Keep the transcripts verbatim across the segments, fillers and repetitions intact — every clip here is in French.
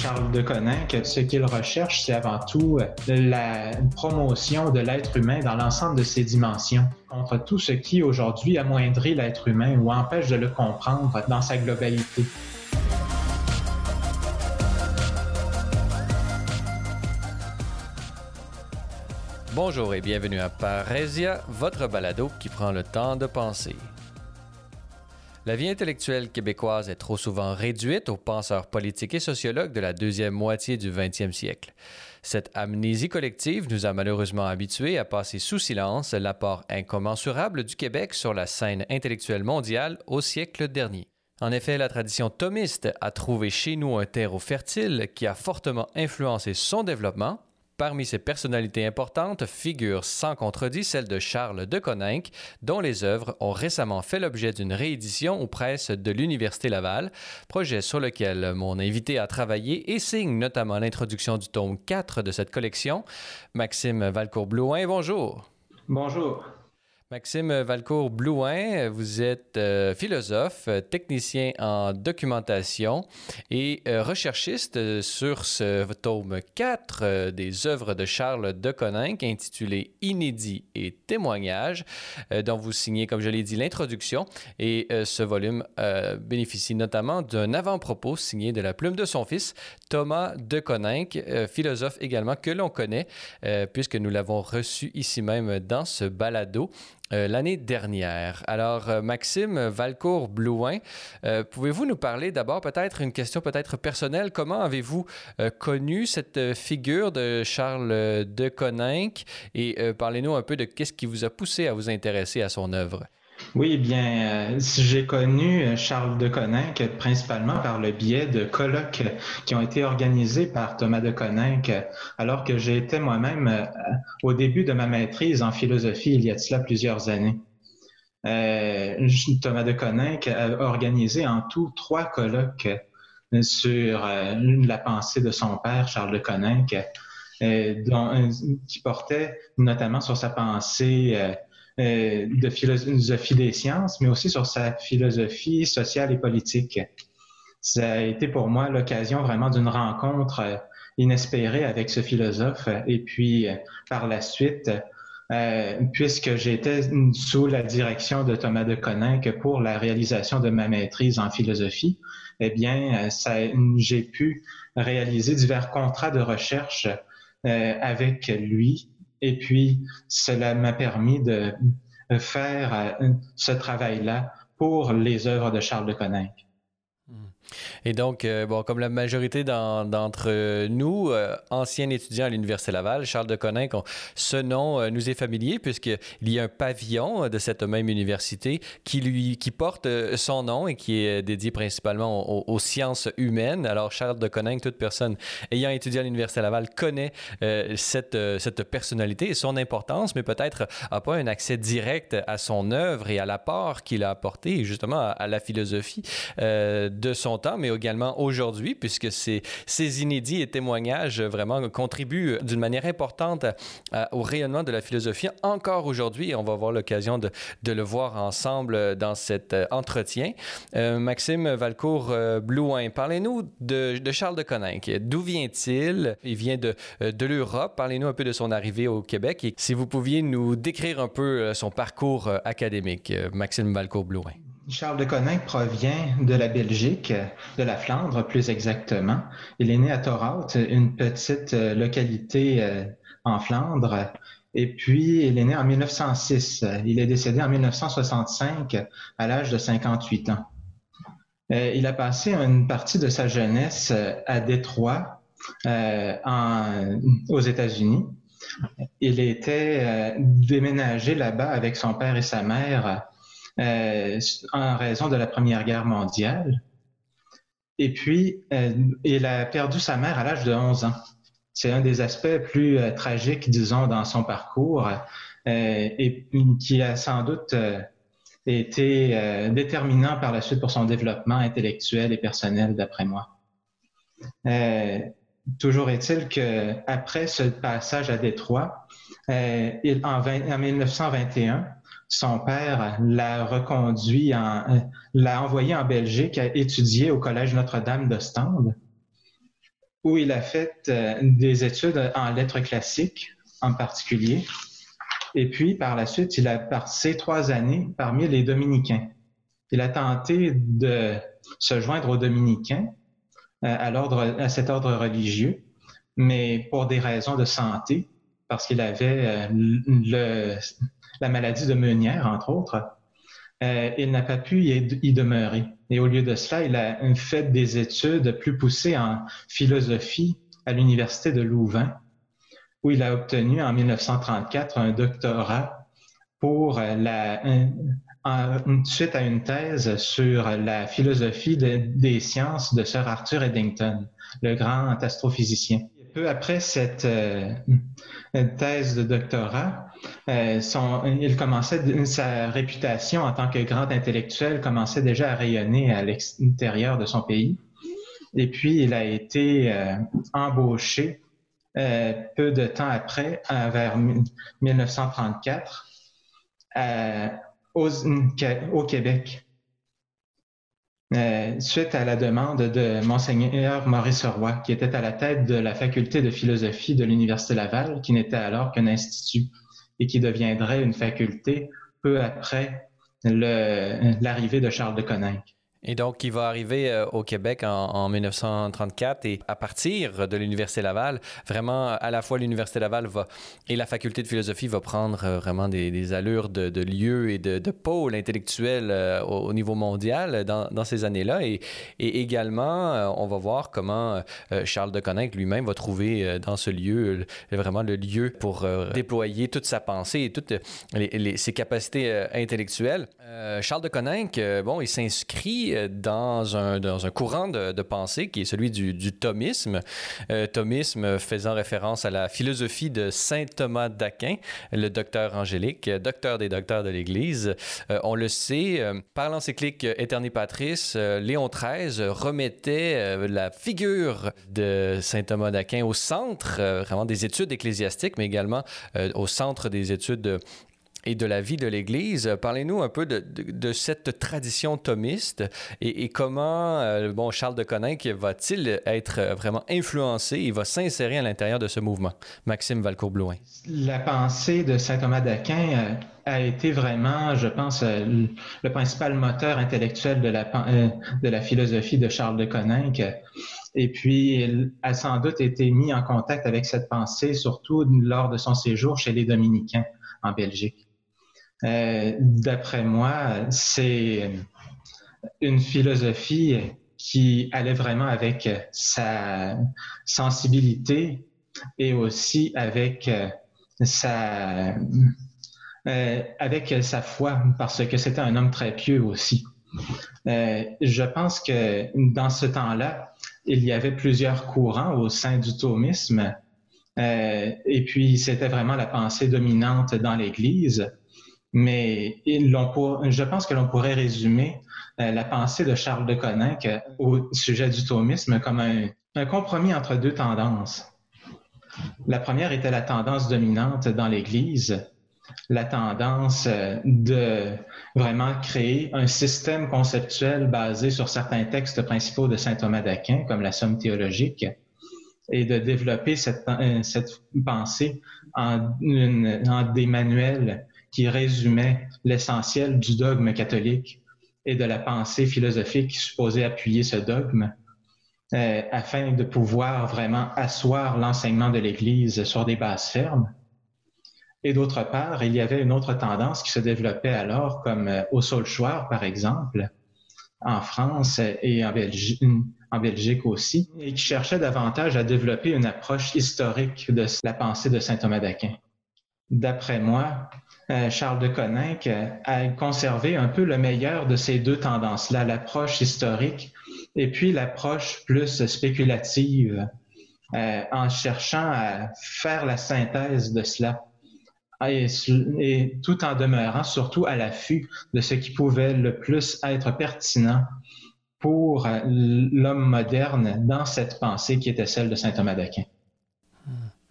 Charles de Coninck, ce qu'il recherche, c'est avant tout la promotion de l'être humain dans l'ensemble de ses dimensions, contre tout ce qui aujourd'hui amoindrit l'être humain ou empêche de le comprendre dans sa globalité. Bonjour et bienvenue à Parésia, votre balado qui prend le temps de penser. La vie intellectuelle québécoise est trop souvent réduite aux penseurs politiques et sociologues de la deuxième moitié du vingtième siècle. Cette amnésie collective nous a malheureusement habitués à passer sous silence l'apport incommensurable du Québec sur la scène intellectuelle mondiale au siècle dernier. En effet, la tradition thomiste a trouvé chez nous un terreau fertile qui a fortement influencé son développement. Parmi ces personnalités importantes figure sans contredit celle de Charles de Coninck, dont les œuvres ont récemment fait l'objet d'une réédition aux presses de l'Université Laval, projet sur lequel mon invité a travaillé et signe notamment l'introduction du tome quatre de cette collection. Maxime Valcourt-Blouin, bonjour. Bonjour. Maxime Valcourt-Blouin, vous êtes euh, philosophe, technicien en documentation et euh, recherchiste sur ce tome quatre euh, des œuvres de Charles de Coninck intitulé « Inédits et témoignages euh, » dont vous signez, comme je l'ai dit, l'introduction. Et euh, ce volume euh, bénéficie notamment d'un avant-propos signé de la plume de son fils, Thomas de Coninck, euh, philosophe également que l'on connaît euh, puisque nous l'avons reçu ici même dans ce balado. Euh, l'année dernière. Alors, euh, Maxime Valcourt-Blouin, euh, pouvez-vous nous parler d'abord peut-être une question peut-être personnelle? Comment avez-vous euh, connu cette euh, figure de Charles de Coninck? Et euh, parlez-nous un peu de qu'est-ce qui vous a poussé à vous intéresser à son œuvre. Oui, bien, euh, j'ai connu Charles de Coninck principalement par le biais de colloques qui ont été organisés par Thomas de Coninck alors que j'étais moi-même euh, au début de ma maîtrise en philosophie il y a de cela plusieurs années. Euh, Thomas de Coninck a organisé en tout trois colloques sur euh, la pensée de son père, Charles de Coninck, euh, dont, euh, qui portait notamment sur sa pensée euh, Euh, de philosophie des sciences, mais aussi sur sa philosophie sociale et politique. Ça a été pour moi l'occasion vraiment d'une rencontre inespérée avec ce philosophe. Et puis, par la suite, euh, puisque j'étais sous la direction de Thomas de Coninck pour la réalisation de ma maîtrise en philosophie, eh bien, ça, j'ai pu réaliser divers contrats de recherche euh, avec lui. Et puis, cela m'a permis de faire ce travail-là pour les œuvres de Charles de Coninck. Et donc, euh, bon, comme la majorité d'en, d'entre nous, euh, anciens étudiants à l'Université Laval, Charles de Coninck, on, ce nom euh, nous est familier puisqu'il y a un pavillon de cette même université qui, lui, qui porte euh, son nom et qui est dédié principalement aux, aux sciences humaines. Alors, Charles de Coninck, toute personne ayant étudié à l'Université Laval connaît euh, cette, euh, cette personnalité et son importance, mais peut-être n'a pas un accès direct à son œuvre et à l'apport qu'il a apporté justement à, à la philosophie euh, de son temps, mais également aujourd'hui, puisque ces, ces inédits et témoignages vraiment contribuent d'une manière importante à, à, au rayonnement de la philosophie encore aujourd'hui, et on va avoir l'occasion de, de le voir ensemble dans cet euh, entretien. Euh, Maxime Valcourt-Blouin, parlez-nous de, de Charles de Coninck. D'où vient-il? Il vient de, de l'Europe. Parlez-nous un peu de son arrivée au Québec et si vous pouviez nous décrire un peu son parcours académique, Maxime Valcourt-Blouin. Charles de Coninck provient de la Belgique, de la Flandre plus exactement. Il est né à Torhout, une petite localité en Flandre, et puis il est né en mille neuf cent six. Il est décédé en mille neuf cent soixante-cinq à l'âge de cinquante-huit ans. Il a passé une partie de sa jeunesse à Détroit, euh, en, aux États-Unis. Il était euh, déménagé là-bas avec son père et sa mère Euh, en raison de la Première Guerre mondiale. Et puis, euh, il a perdu sa mère à l'âge de onze ans. C'est un des aspects plus euh, tragiques, disons, dans son parcours euh, et qui a sans doute euh, été euh, déterminant par la suite pour son développement intellectuel et personnel, d'après moi. Euh, toujours est-il qu'après ce passage à Détroit, euh, il, en, vingt, en mille neuf cent vingt et un, son père l'a reconduit, en, l'a envoyé en Belgique à étudier au Collège Notre-Dame d'Ostende. où il a fait euh, des études en lettres classiques en particulier. Et puis, par la suite, il a passé trois années parmi les dominicains. Il a tenté de se joindre aux dominicains, euh, à, l'ordre, à cet ordre religieux, mais pour des raisons de santé, parce qu'il avait euh, le, la maladie de Meunière, entre autres, euh, il n'a pas pu y, y demeurer. Et au lieu de cela, il a fait des études plus poussées en philosophie à l'Université de Louvain, où il a obtenu en mille neuf cent trente-quatre un doctorat pour la, en, suite à une thèse sur la philosophie de, des sciences de Sir Arthur Eddington, le grand astrophysicien. Peu après cette euh, thèse de doctorat, euh, son, il commençait, sa réputation en tant que grand intellectuel commençait déjà à rayonner à l'extérieur de son pays. Et puis, il a été euh, embauché Euh, peu de temps après, euh, vers mille neuf cent trente-quatre, euh, aux, au Québec, euh, suite à la demande de Monseigneur Maurice Roy, qui était à la tête de la faculté de philosophie de l'Université Laval, qui n'était alors qu'un institut et qui deviendrait une faculté peu après le, l'arrivée de Charles de Coninck. Et donc, il va arriver euh, au Québec en, en mille neuf cent trente-quatre et à partir de l'Université Laval, vraiment, à la fois l'Université Laval va, et la faculté de philosophie va prendre euh, vraiment des, des allures de, de lieu et de, de pôle intellectuel euh, au, au niveau mondial dans, dans ces années-là. Et, et également, euh, on va voir comment euh, Charles de Coninck lui-même va trouver euh, dans ce lieu euh, vraiment le lieu pour euh, déployer toute sa pensée et toutes les, les, ses capacités euh, intellectuelles. Euh, Charles de Coninck, euh, bon, il s'inscrit dans un, dans un courant de, de pensée qui est celui du, du thomisme. Euh, thomisme faisant référence à la philosophie de saint Thomas d'Aquin, le docteur angélique, docteur des docteurs de l'Église. Euh, on le sait, euh, par l'encyclique Aeterni Patris, euh, Léon treize remettait euh, la figure de saint Thomas d'Aquin au centre euh, vraiment des études ecclésiastiques, mais également euh, au centre des études et de la vie de l'Église. Parlez-nous un peu de, de, de cette tradition thomiste et, et comment euh, bon, Charles de Coninck va-t-il être vraiment influencé et va s'insérer à l'intérieur de ce mouvement? Maxime Valcourt-Blouin. La pensée de saint Thomas d'Aquin euh, a été vraiment, je pense, euh, le principal moteur intellectuel de la, euh, de la philosophie de Charles de Coninck. Et puis, il a sans doute été mis en contact avec cette pensée, surtout lors de son séjour chez les Dominicains en Belgique. Euh, d'après moi, c'est une philosophie qui allait vraiment avec sa sensibilité et aussi avec sa, euh, avec sa foi, parce que c'était un homme très pieux aussi. Euh, je pense que dans ce temps-là, il y avait plusieurs courants au sein du thomisme, euh, et puis c'était vraiment la pensée dominante dans l'Église. Mais l'on je pense que l'on pourrait résumer euh, la pensée de Charles de Coninck euh, au sujet du thomisme comme un, un compromis entre deux tendances. La première était la tendance dominante dans l'Église, la tendance euh, de vraiment créer un système conceptuel basé sur certains textes principaux de saint Thomas d'Aquin, comme la Somme théologique, et de développer cette, euh, cette pensée en, une, en des manuels qui résumait l'essentiel du dogme catholique et de la pensée philosophique supposée appuyer ce dogme, euh, afin de pouvoir vraiment asseoir l'enseignement de l'Église sur des bases fermes. Et d'autre part, il y avait une autre tendance qui se développait alors, comme euh, au Saulchoir, par exemple, en France et en Belgique, en Belgique aussi, et qui cherchait davantage à développer une approche historique de la pensée de saint Thomas d'Aquin. D'après moi, Charles de Coninck a conservé un peu le meilleur de ces deux tendances-là, l'approche historique et puis l'approche plus spéculative, euh, en cherchant à faire la synthèse de cela, et, et tout en demeurant surtout à l'affût de ce qui pouvait le plus être pertinent pour l'homme moderne dans cette pensée qui était celle de saint Thomas d'Aquin.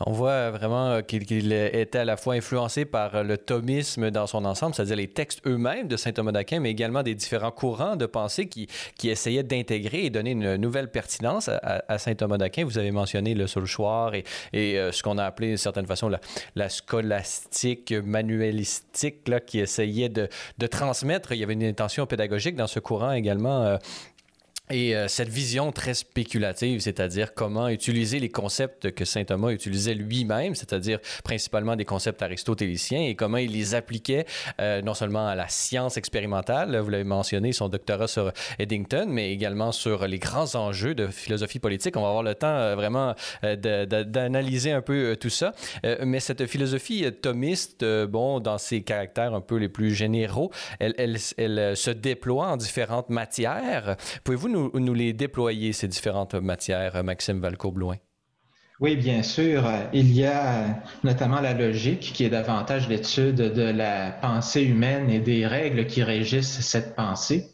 On voit vraiment qu'il, qu'il était à la fois influencé par le thomisme dans son ensemble, c'est-à-dire les textes eux-mêmes de saint Thomas d'Aquin, mais également des différents courants de pensée qui, qui essayaient d'intégrer et donner une nouvelle pertinence à, à saint Thomas d'Aquin. Vous avez mentionné le Solchoir et, et euh, ce qu'on a appelé d'une certaine façon la, la scolastique manuélistique là, qui essayait de, de transmettre. Il y avait une intention pédagogique dans ce courant également. Euh, Et euh, cette vision très spéculative, c'est-à-dire comment utiliser les concepts que saint Thomas utilisait lui-même, c'est-à-dire principalement des concepts aristotéliciens, et comment il les appliquait euh, non seulement à la science expérimentale, vous l'avez mentionné, son doctorat sur Eddington, mais également sur les grands enjeux de philosophie politique. On va avoir le temps euh, vraiment euh, de, de, d'analyser un peu euh, tout ça. Euh, mais cette philosophie thomiste, euh, bon, dans ses caractères un peu les plus généraux, elle, elle, elle, elle se déploie en différentes matières. Pouvez-vous nous nous les déployer, ces différentes matières, Maxime Valcourt-Blouin? Oui, bien sûr. Il y a notamment la logique, qui est davantage l'étude de la pensée humaine et des règles qui régissent cette pensée.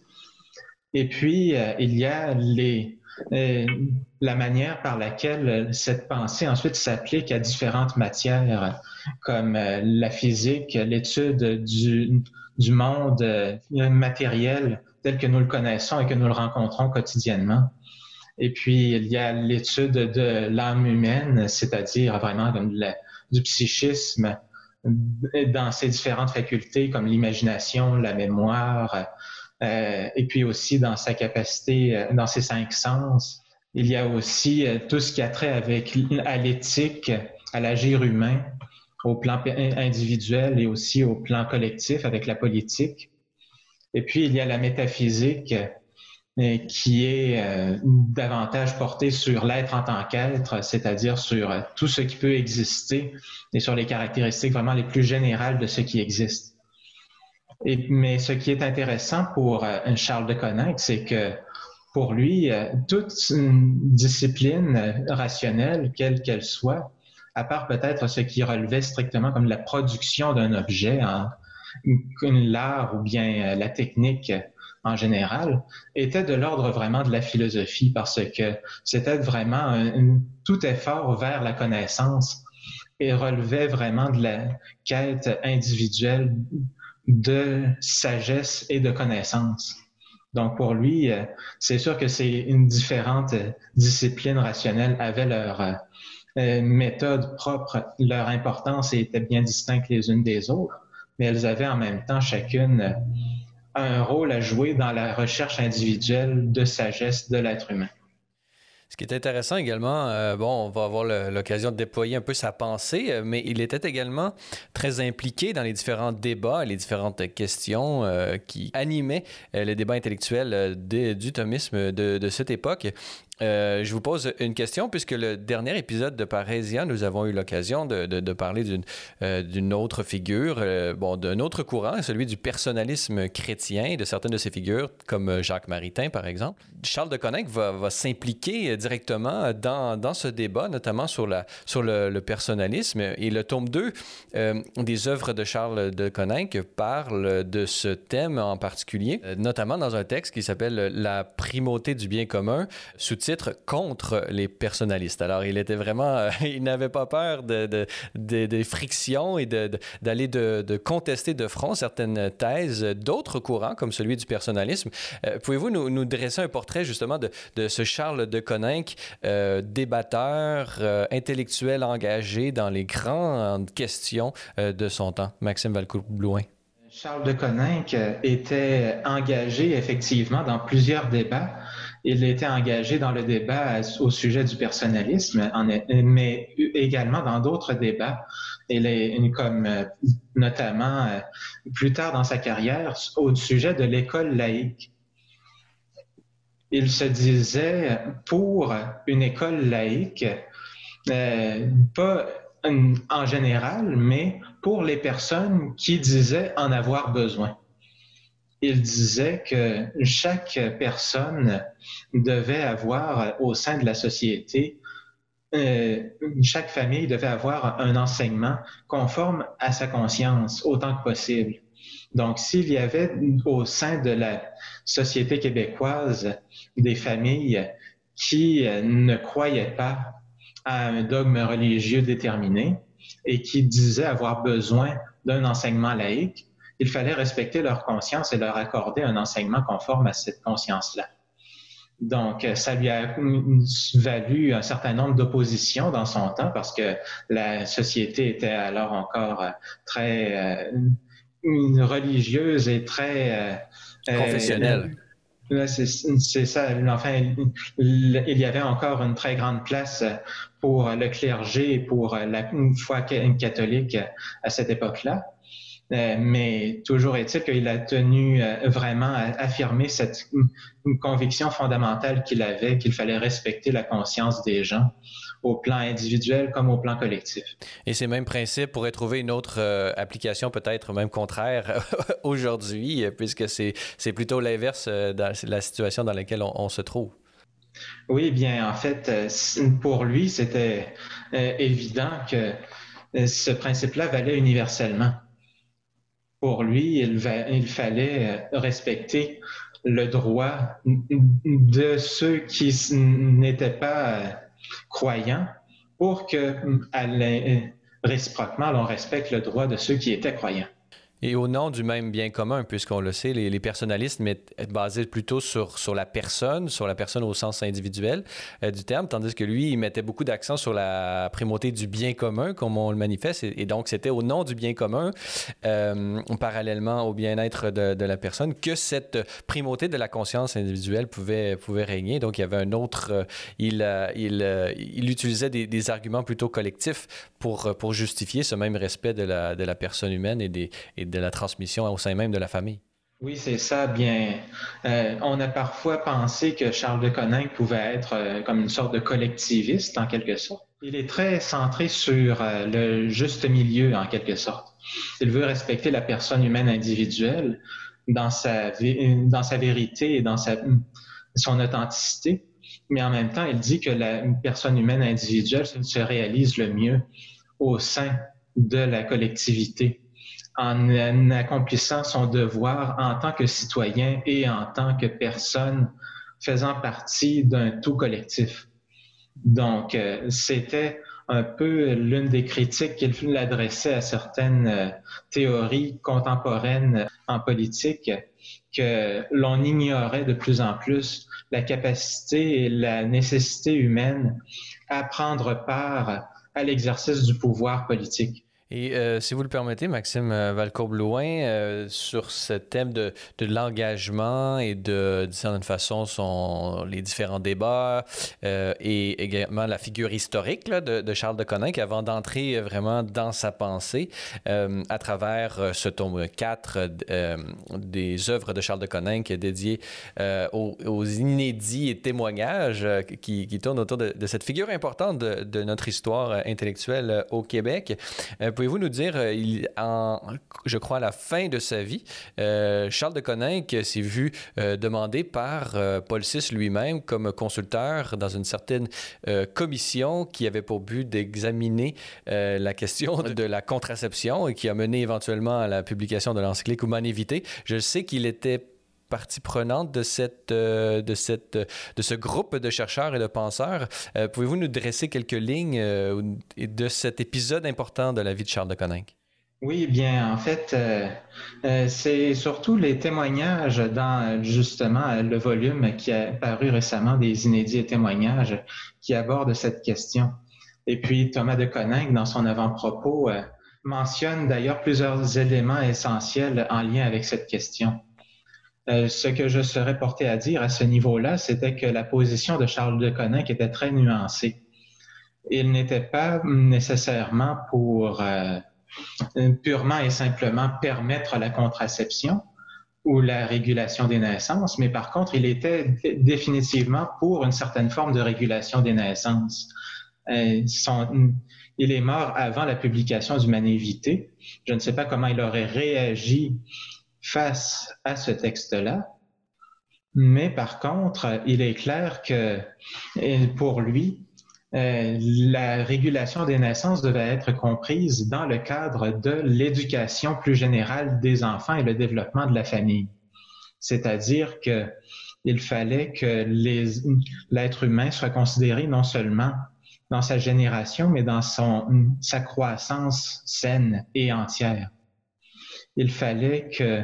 Et puis, il y a les, euh, la manière par laquelle cette pensée ensuite s'applique à différentes matières, comme la physique, l'étude du, du monde matériel tel que nous le connaissons et que nous le rencontrons quotidiennement. Et puis, il y a l'étude de l'âme humaine, c'est-à-dire vraiment comme la, du psychisme dans ses différentes facultés comme l'imagination, la mémoire, euh, et puis aussi dans sa capacité, dans ses cinq sens. Il y a aussi tout ce qui a trait avec, à l'éthique, à l'agir humain, au plan individuel et aussi au plan collectif avec la politique. Et puis, il y a la métaphysique euh, qui est euh, davantage portée sur l'être en tant qu'être, c'est-à-dire sur euh, tout ce qui peut exister et sur les caractéristiques vraiment les plus générales de ce qui existe. Et, mais ce qui est intéressant pour euh, Charles de Coninck, c'est que pour lui, euh, toute une discipline rationnelle, quelle qu'elle soit, à part peut-être ce qui relevait strictement comme la production d'un objet en l'art ou bien la technique en général, était de l'ordre vraiment de la philosophie parce que c'était vraiment un, un, tout effort vers la connaissance et relevait vraiment de la quête individuelle de sagesse et de connaissance. Donc pour lui, c'est sûr que c'est une différente discipline rationnelle avaient leur euh, méthode propre, leur importance et étaient bien distinctes les unes des autres, mais elles avaient en même temps chacune un rôle à jouer dans la recherche individuelle de sagesse de l'être humain. Ce qui est intéressant également, euh, bon, on va avoir le, l'occasion de déployer un peu sa pensée, mais il était également très impliqué dans les différents débats, les différentes questions euh, qui animaient euh, les débats intellectuels euh, de, du thomisme de, de cette époque. Euh, je vous pose une question, puisque le dernier épisode de Parésia, nous avons eu l'occasion de, de, de parler d'une, euh, d'une autre figure, euh, bon, d'un autre courant, celui du personnalisme chrétien, de certaines de ces figures, comme Jacques Maritain, par exemple. Charles de Coninck va, va s'impliquer directement dans, dans ce débat, notamment sur, la, sur le, le personnalisme. Et le tome deux euh, des œuvres de Charles de Coninck parle de ce thème en particulier, euh, notamment dans un texte qui s'appelle « La primauté du bien commun », sous-titre contre les personnalistes. Alors, il était vraiment... Euh, il n'avait pas peur de, de, de, de frictions et de, de, d'aller de, de contester de front certaines thèses d'autres courants, comme celui du personnalisme. Euh, pouvez-vous nous, nous dresser un portrait, justement, de, de ce Charles de Coninck, euh, débatteur, euh, intellectuel engagé dans les grandes questions euh, de son temps? Maxime Valcourt-Blouin. Charles de Coninck était engagé, effectivement, dans plusieurs débats. Il était engagé dans le débat au sujet du personnalisme, mais également dans d'autres débats, il est, comme notamment plus tard dans sa carrière, au sujet de l'école laïque. Il se disait pour une école laïque, euh, pas en général, mais pour les personnes qui disaient en avoir besoin. Il disait que chaque personne devait avoir au sein de la société, euh, chaque famille devait avoir un enseignement conforme à sa conscience autant que possible. Donc, s'il y avait au sein de la société québécoise des familles qui ne croyaient pas à un dogme religieux déterminé et qui disaient avoir besoin d'un enseignement laïque, il fallait respecter leur conscience et leur accorder un enseignement conforme à cette conscience-là. Donc, ça lui a valu un certain nombre d'oppositions dans son temps parce que la société était alors encore très euh, religieuse et très... Euh, confessionnelle. Euh, c'est, c'est ça. Enfin, il y avait encore une très grande place pour le clergé et pour la foi catholique à cette époque-là. Euh, mais toujours est-il qu'il a tenu euh, vraiment à affirmer cette une conviction fondamentale qu'il avait, qu'il fallait respecter la conscience des gens au plan individuel comme au plan collectif. Et ces mêmes principes pourraient trouver une autre euh, application, peut-être même contraire aujourd'hui, puisque c'est, c'est plutôt l'inverse euh, dans la situation dans laquelle on, on se trouve. Oui, bien, en fait, pour lui, c'était euh, évident que euh, ce principe-là valait universellement. Pour lui, il, va, il fallait respecter le droit de ceux qui n'étaient pas croyants pour que, réciproquement, l'on respecte le droit de ceux qui étaient croyants. Et au nom du même bien commun, puisqu'on le sait, les, les personnalistes sont basés plutôt sur, sur la personne, sur la personne au sens individuel euh, du terme, tandis que lui, il mettait beaucoup d'accent sur la primauté du bien commun, comme on le manifeste, et, et donc c'était au nom du bien commun, euh, parallèlement au bien-être de, de la personne, que cette primauté de la conscience individuelle pouvait, pouvait régner. Donc il y avait un autre... Euh, il, euh, il, euh, il utilisait des, des arguments plutôt collectifs pour, pour justifier ce même respect de la, de la personne humaine et des... Et de la transmission au sein même de la famille. Oui, c'est ça. Bien, euh, on a parfois pensé que Charles de Coninck pouvait être euh, comme une sorte de collectiviste, en quelque sorte. Il est très centré sur euh, le juste milieu, en quelque sorte. Il veut respecter la personne humaine individuelle dans sa, dans sa vérité et dans sa, son authenticité, mais en même temps, il dit que la personne humaine individuelle se réalise le mieux au sein de la collectivité, en accomplissant son devoir en tant que citoyen et en tant que personne faisant partie d'un tout collectif. Donc, euh, c'était un peu l'une des critiques qu'il adressait à certaines euh, théories contemporaines en politique, que l'on ignorait de plus en plus la capacité et la nécessité humaine à prendre part à l'exercice du pouvoir politique. Et euh, si vous le permettez, Maxime Valcourt-Blouin, euh, sur ce thème de, de l'engagement et de, d'une certaine façon, son, les différents débats euh, et également la figure historique là, de, de Charles de Coninck, avant d'entrer vraiment dans sa pensée euh, à travers ce tome quatre euh, des œuvres de Charles de Coninck dédiées euh, aux, aux inédits et témoignages euh, qui, qui tournent autour de, de cette figure importante de, de notre histoire intellectuelle au Québec. Euh, Pouvez-vous nous dire, il, en, je crois à la fin de sa vie, euh, Charles de Coninck s'est vu euh, demander par euh, Paul six lui-même comme consulteur dans une certaine euh, commission qui avait pour but d'examiner euh, la question de, de la contraception et qui a mené éventuellement à la publication de l'encyclique Humanae Vitae. Je sais qu'il était partie prenante de, cette, euh, de, cette, de ce groupe de chercheurs et de penseurs. Euh, pouvez-vous nous dresser quelques lignes euh, de cet épisode important de la vie de Charles de Coninck? Oui, bien, en fait, euh, euh, c'est surtout les témoignages dans, justement, le volume qui a paru récemment, des inédits témoignages, qui abordent cette question. Et puis, Thomas de Coninck, dans son avant-propos, euh, mentionne d'ailleurs plusieurs éléments essentiels en lien avec cette question. Euh, ce que je serais porté à dire à ce niveau-là, c'était que la position de Charles de Coninck était très nuancée. Il n'était pas nécessairement pour euh, purement et simplement permettre la contraception ou la régulation des naissances, mais par contre, il était définitivement pour une certaine forme de régulation des naissances. Euh, son, il est mort avant la publication du Humanae Vitae. Je ne sais pas comment il aurait réagi face à ce texte-là, mais par contre, il est clair que pour lui, euh, la régulation des naissances devait être comprise dans le cadre de l'éducation plus générale des enfants et le développement de la famille. C'est-à-dire qu'il fallait que les, l'être humain soit considéré non seulement dans sa génération, mais dans son, sa croissance saine et entière. Il fallait que,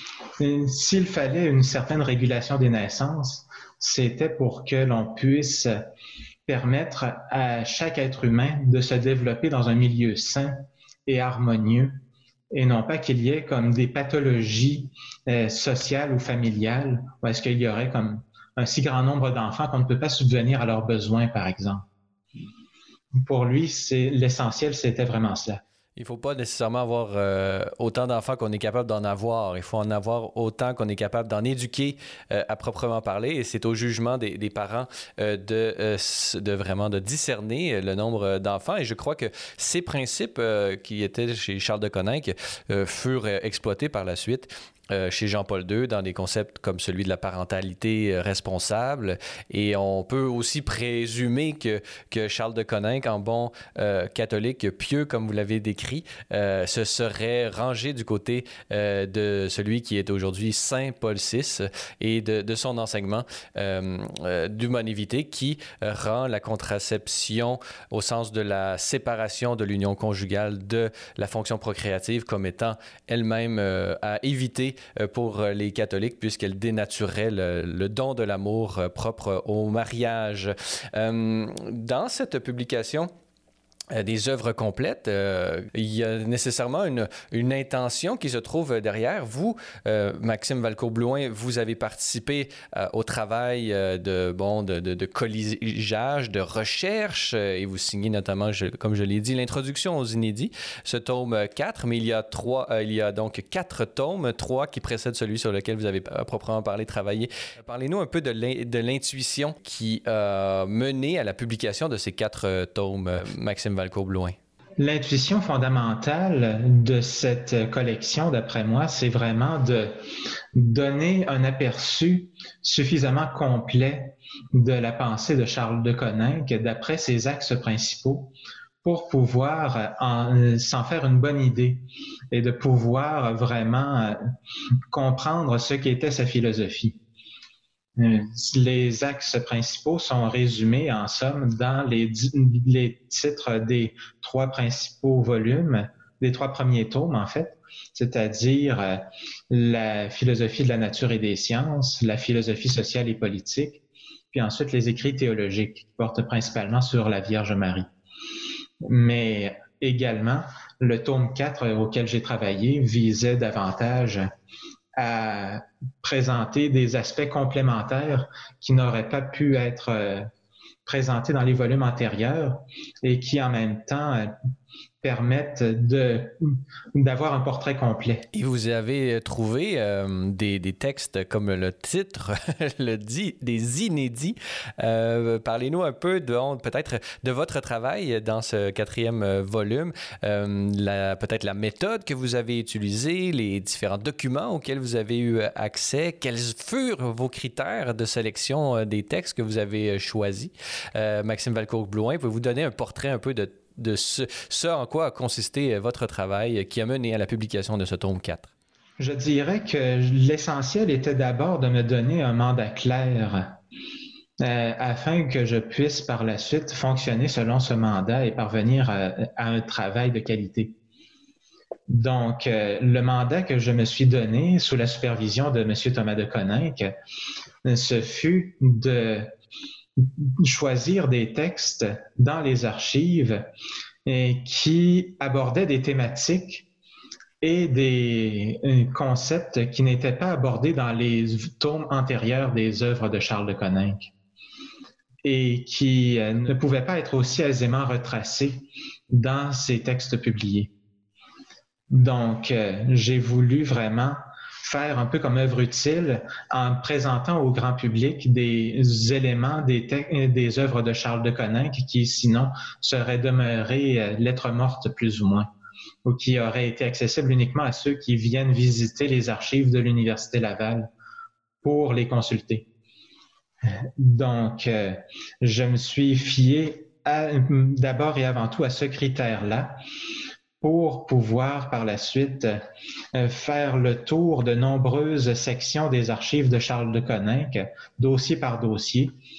s'il fallait une certaine régulation des naissances, c'était pour que l'on puisse permettre à chaque être humain de se développer dans un milieu sain et harmonieux, et non pas qu'il y ait comme des pathologies euh, sociales ou familiales, ou est-ce qu'il y aurait comme un si grand nombre d'enfants qu'on ne peut pas subvenir à leurs besoins, par exemple. Pour lui, c'est l'essentiel, c'était vraiment cela. Il ne faut pas nécessairement avoir euh, autant d'enfants qu'on est capable d'en avoir. Il faut en avoir autant qu'on est capable d'en éduquer euh, à proprement parler. Et c'est au jugement des, des parents euh, de, euh, de vraiment de discerner le nombre d'enfants. Et je crois que ces principes euh, qui étaient chez Charles de Coninck euh, furent exploités par la suite. Euh, chez Jean-Paul deux, dans des concepts comme celui de la parentalité euh, responsable. Et on peut aussi présumer que, que Charles de Coninck, en bon euh, catholique pieux, comme vous l'avez décrit, euh, se serait rangé du côté euh, de celui qui est aujourd'hui Saint Paul six et de, de son enseignement euh, euh, d'humanité qui rend la contraception au sens de la séparation de l'union conjugale de la fonction procréative comme étant elle-même euh, à éviter pour les catholiques, puisqu'elle dénaturait le, le don de l'amour propre au mariage. Euh, dans cette publication, des œuvres complètes, euh, il y a nécessairement une, une intention qui se trouve derrière. Vous, euh, Maxime Valcourt-Blouin, vous avez participé euh, au travail euh, de, bon, de, de, de colligeage, de recherche, euh, et vous signez notamment, je, comme je l'ai dit, l'introduction aux inédits, ce tome quatre, mais il y a trois, euh, il y a donc quatre tomes, trois qui précèdent celui sur lequel vous avez à proprement parlé travaillé. Parlez-nous un peu de, l'in, de l'intuition qui a mené à la publication de ces quatre tomes, Maxime Valcourt-Blouin. L'intuition fondamentale de cette collection, d'après moi, c'est vraiment de donner un aperçu suffisamment complet de la pensée de Charles de Coninck d'après ses axes principaux pour pouvoir en, s'en faire une bonne idée et de pouvoir vraiment comprendre ce qu'était sa philosophie. Les axes principaux sont résumés, en somme, dans les, les titres des trois principaux volumes, des trois premiers tomes, en fait, c'est-à-dire la philosophie de la nature et des sciences, la philosophie sociale et politique, puis ensuite les écrits théologiques qui portent principalement sur la Vierge Marie. Mais également, le tome quatre auquel j'ai travaillé visait davantage à présenter des aspects complémentaires qui n'auraient pas pu être euh, présentés dans les volumes antérieurs et qui en même temps euh, permettent de, d'avoir un portrait complet. Et vous avez trouvé euh, des, des textes, comme le titre le dit, des inédits. Euh, parlez-nous un peu de, peut-être de votre travail dans ce quatrième volume, euh, la, peut-être la méthode que vous avez utilisée, les différents documents auxquels vous avez eu accès, quels furent vos critères de sélection des textes que vous avez choisis. Euh, Maxime Valcourt-Blouin, pouvez-vous donner un portrait un peu de de ce, ce en quoi a consisté votre travail qui a mené à la publication de ce tome quatre? Je dirais que l'essentiel était d'abord de me donner un mandat clair euh, afin que je puisse par la suite fonctionner selon ce mandat et parvenir à, à un travail de qualité. Donc, euh, le mandat que je me suis donné sous la supervision de M. Thomas de Coninck, ce fut de choisir des textes dans les archives et qui abordaient des thématiques et des concepts qui n'étaient pas abordés dans les tomes antérieurs des œuvres de Charles de Coninck et qui ne pouvaient pas être aussi aisément retracés dans ces textes publiés. Donc, j'ai voulu vraiment faire un peu comme œuvre utile en présentant au grand public des éléments des, te- des œuvres de Charles de Coninck qui, sinon, seraient demeurées lettres mortes plus ou moins, ou qui auraient été accessibles uniquement à ceux qui viennent visiter les archives de l'Université Laval pour les consulter. Donc, euh, je me suis fié à, d'abord et avant tout à ce critère-là, pour pouvoir par la suite euh, faire le tour de nombreuses sections des archives de Charles de Coninck, dossier par dossier,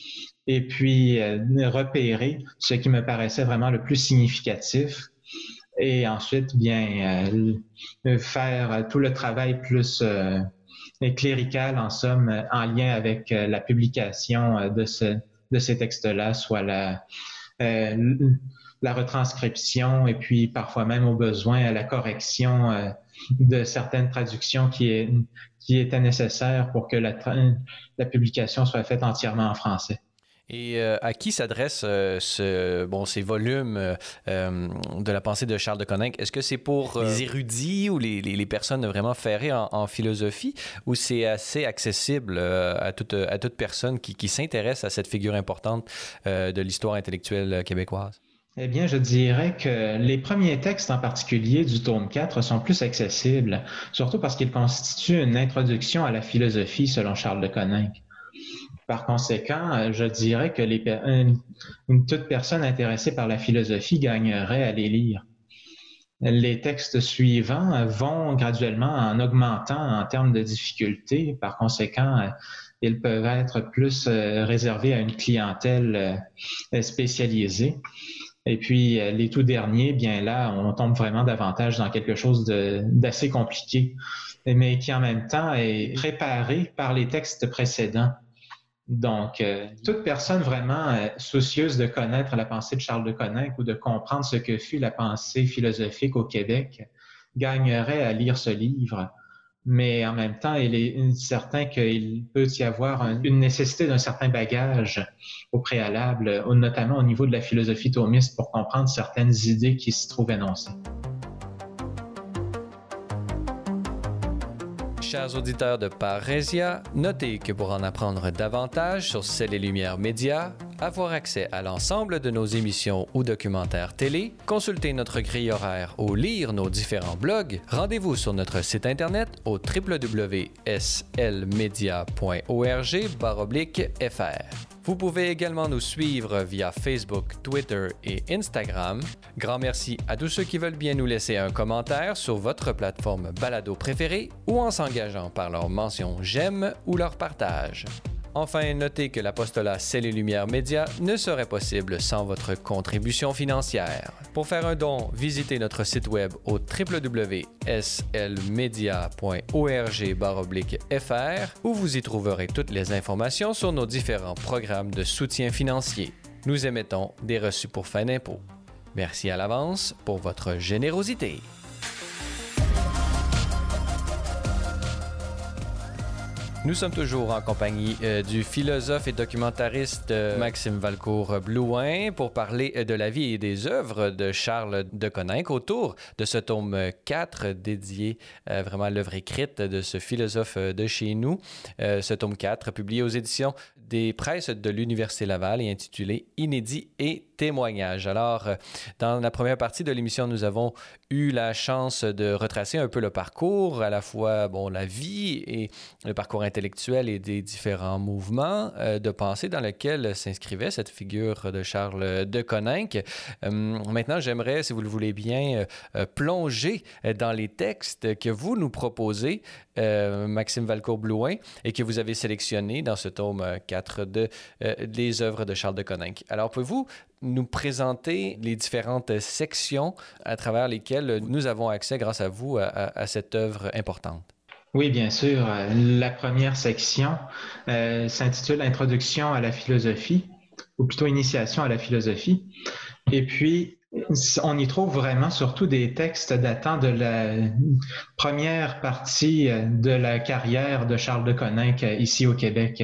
et puis euh, repérer ce qui me paraissait vraiment le plus significatif. Et ensuite, bien, euh, faire tout le travail plus euh, clérical, en somme, en lien avec euh, la publication de, ce, de ces textes-là, soit la, euh, la retranscription et puis parfois même au besoin la correction euh, de certaines traductions qui, est, qui étaient nécessaires pour que la, la publication soit faite entièrement en français. Et euh, à qui s'adressent euh, ce, bon, ces volumes euh, de la pensée de Charles de Coninck? Est-ce que c'est pour euh, les érudits ou les, les, les personnes vraiment ferrées en, en philosophie, ou c'est assez accessible euh, à, toute, à toute personne qui, qui s'intéresse à cette figure importante euh, de l'histoire intellectuelle québécoise? Eh bien, je dirais que les premiers textes en particulier du tome quatre sont plus accessibles, surtout parce qu'ils constituent une introduction à la philosophie selon Charles de Coninck. Par conséquent, je dirais que les, une, une, toute personne intéressée par la philosophie gagnerait à les lire. Les textes suivants vont graduellement en augmentant en termes de difficulté. Par conséquent, ils peuvent être plus réservés à une clientèle spécialisée. Et puis, les tout derniers, bien là, on tombe vraiment davantage dans quelque chose de, d'assez compliqué, mais qui en même temps est préparé par les textes précédents. Donc, euh, toute personne vraiment euh, soucieuse de connaître la pensée de Charles de Coninck ou de comprendre ce que fut la pensée philosophique au Québec gagnerait à lire ce livre. Mais en même temps, il est certain qu'il peut y avoir un, une nécessité d'un certain bagage au préalable, notamment au niveau de la philosophie thomiste, pour comprendre certaines idées qui s'y trouvent énoncées. Chers auditeurs de Parésia, notez que pour en apprendre davantage sur Ciel et Lumière Média, avoir accès à l'ensemble de nos émissions ou documentaires télé, consulter notre grille horaire ou lire nos différents blogs, rendez-vous sur notre site internet au w w w point s l media point org barre oblique f r. Vous pouvez également nous suivre via Facebook, Twitter et Instagram. Grand merci à tous ceux qui veulent bien nous laisser un commentaire sur votre plateforme balado préférée ou en s'engageant par leur mention j'aime ou leur partage. Enfin, notez que l'apostolat Ciel et Lumière Média ne serait possible sans votre contribution financière. Pour faire un don, visitez notre site web au w w w point s l media point org barre oblique f r où vous y trouverez toutes les informations sur nos différents programmes de soutien financier. Nous émettons des reçus pour fin d'impôt. Merci à l'avance pour votre générosité. Nous sommes toujours en compagnie euh, du philosophe et documentariste euh, Maxime Valcourt-Blouin pour parler euh, de la vie et des œuvres de Charles de Coninck autour de ce tome quatre dédié euh, vraiment à l'œuvre écrite de ce philosophe de chez nous. Euh, ce tome quatre publié aux éditions des presses de l'Université Laval et intitulé « Inédits et témoignages ». Alors, dans la première partie de l'émission, nous avons eu la chance de retracer un peu le parcours, à la fois bon, la vie et le parcours intellectuel et des différents mouvements euh, de pensée dans lesquels s'inscrivait cette figure de Charles de Coninck. Euh, maintenant, j'aimerais, si vous le voulez bien, euh, plonger dans les textes que vous nous proposez, euh, Maxime Valcourt-Blouin, et que vous avez sélectionnés dans ce tome quatre de, euh, des œuvres de Charles de Coninck. Alors, pouvez-vous nous présenter les différentes sections à travers lesquelles nous avons accès, grâce à vous, à, à, à cette œuvre importante? Oui, bien sûr. La première section euh, s'intitule « Introduction à la philosophie », ou plutôt « Initiation à la philosophie ». Et puis, on y trouve vraiment surtout des textes datant de la première partie de la carrière de Charles de Coninck ici au Québec.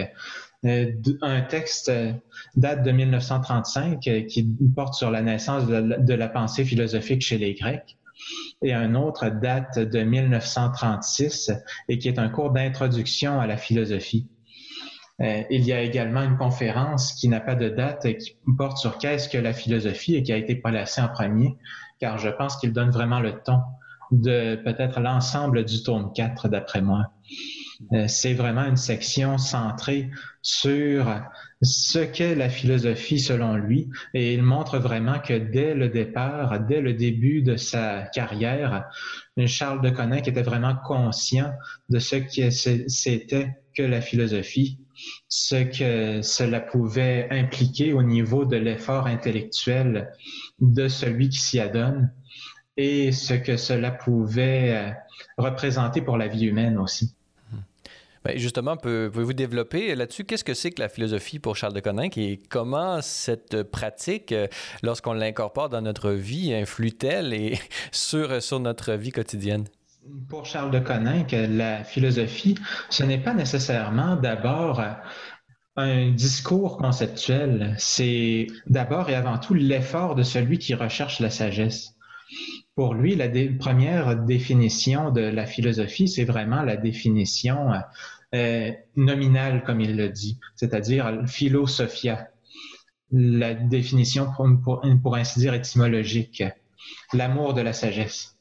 Un texte date de mille neuf cent trente-cinq qui porte sur la naissance de la pensée philosophique chez les Grecs, et un autre date de mille neuf cent trente-six et qui est un cours d'introduction à la philosophie. Euh, il y a également une conférence qui n'a pas de date et qui porte sur qu'est-ce que la philosophie et qui a été placée en premier, car je pense qu'il donne vraiment le ton de peut-être l'ensemble du tome quatre, d'après moi. Euh, c'est vraiment une section centrée sur ce qu'est la philosophie selon lui, et il montre vraiment que dès le départ, dès le début de sa carrière, Charles de Coninck était vraiment conscient de ce que c'était que la philosophie. ce que cela pouvait impliquer au niveau de l'effort intellectuel de celui qui s'y adonne et ce que cela pouvait représenter pour la vie humaine aussi. Bien, justement, pouvez-vous développer là-dessus? Qu'est-ce que c'est que la philosophie pour Charles de Coninck et comment cette pratique, lorsqu'on l'incorpore dans notre vie, influe-t-elle et sur, sur notre vie quotidienne? Pour Charles de Coninck, la philosophie, ce n'est pas nécessairement d'abord un discours conceptuel, c'est d'abord et avant tout l'effort de celui qui recherche la sagesse. Pour lui, la dé- première définition de la philosophie, c'est vraiment la définition euh, nominale, comme il le dit, c'est-à-dire philosophia, la définition, pour, pour, pour ainsi dire, étymologique, l'amour de la sagesse.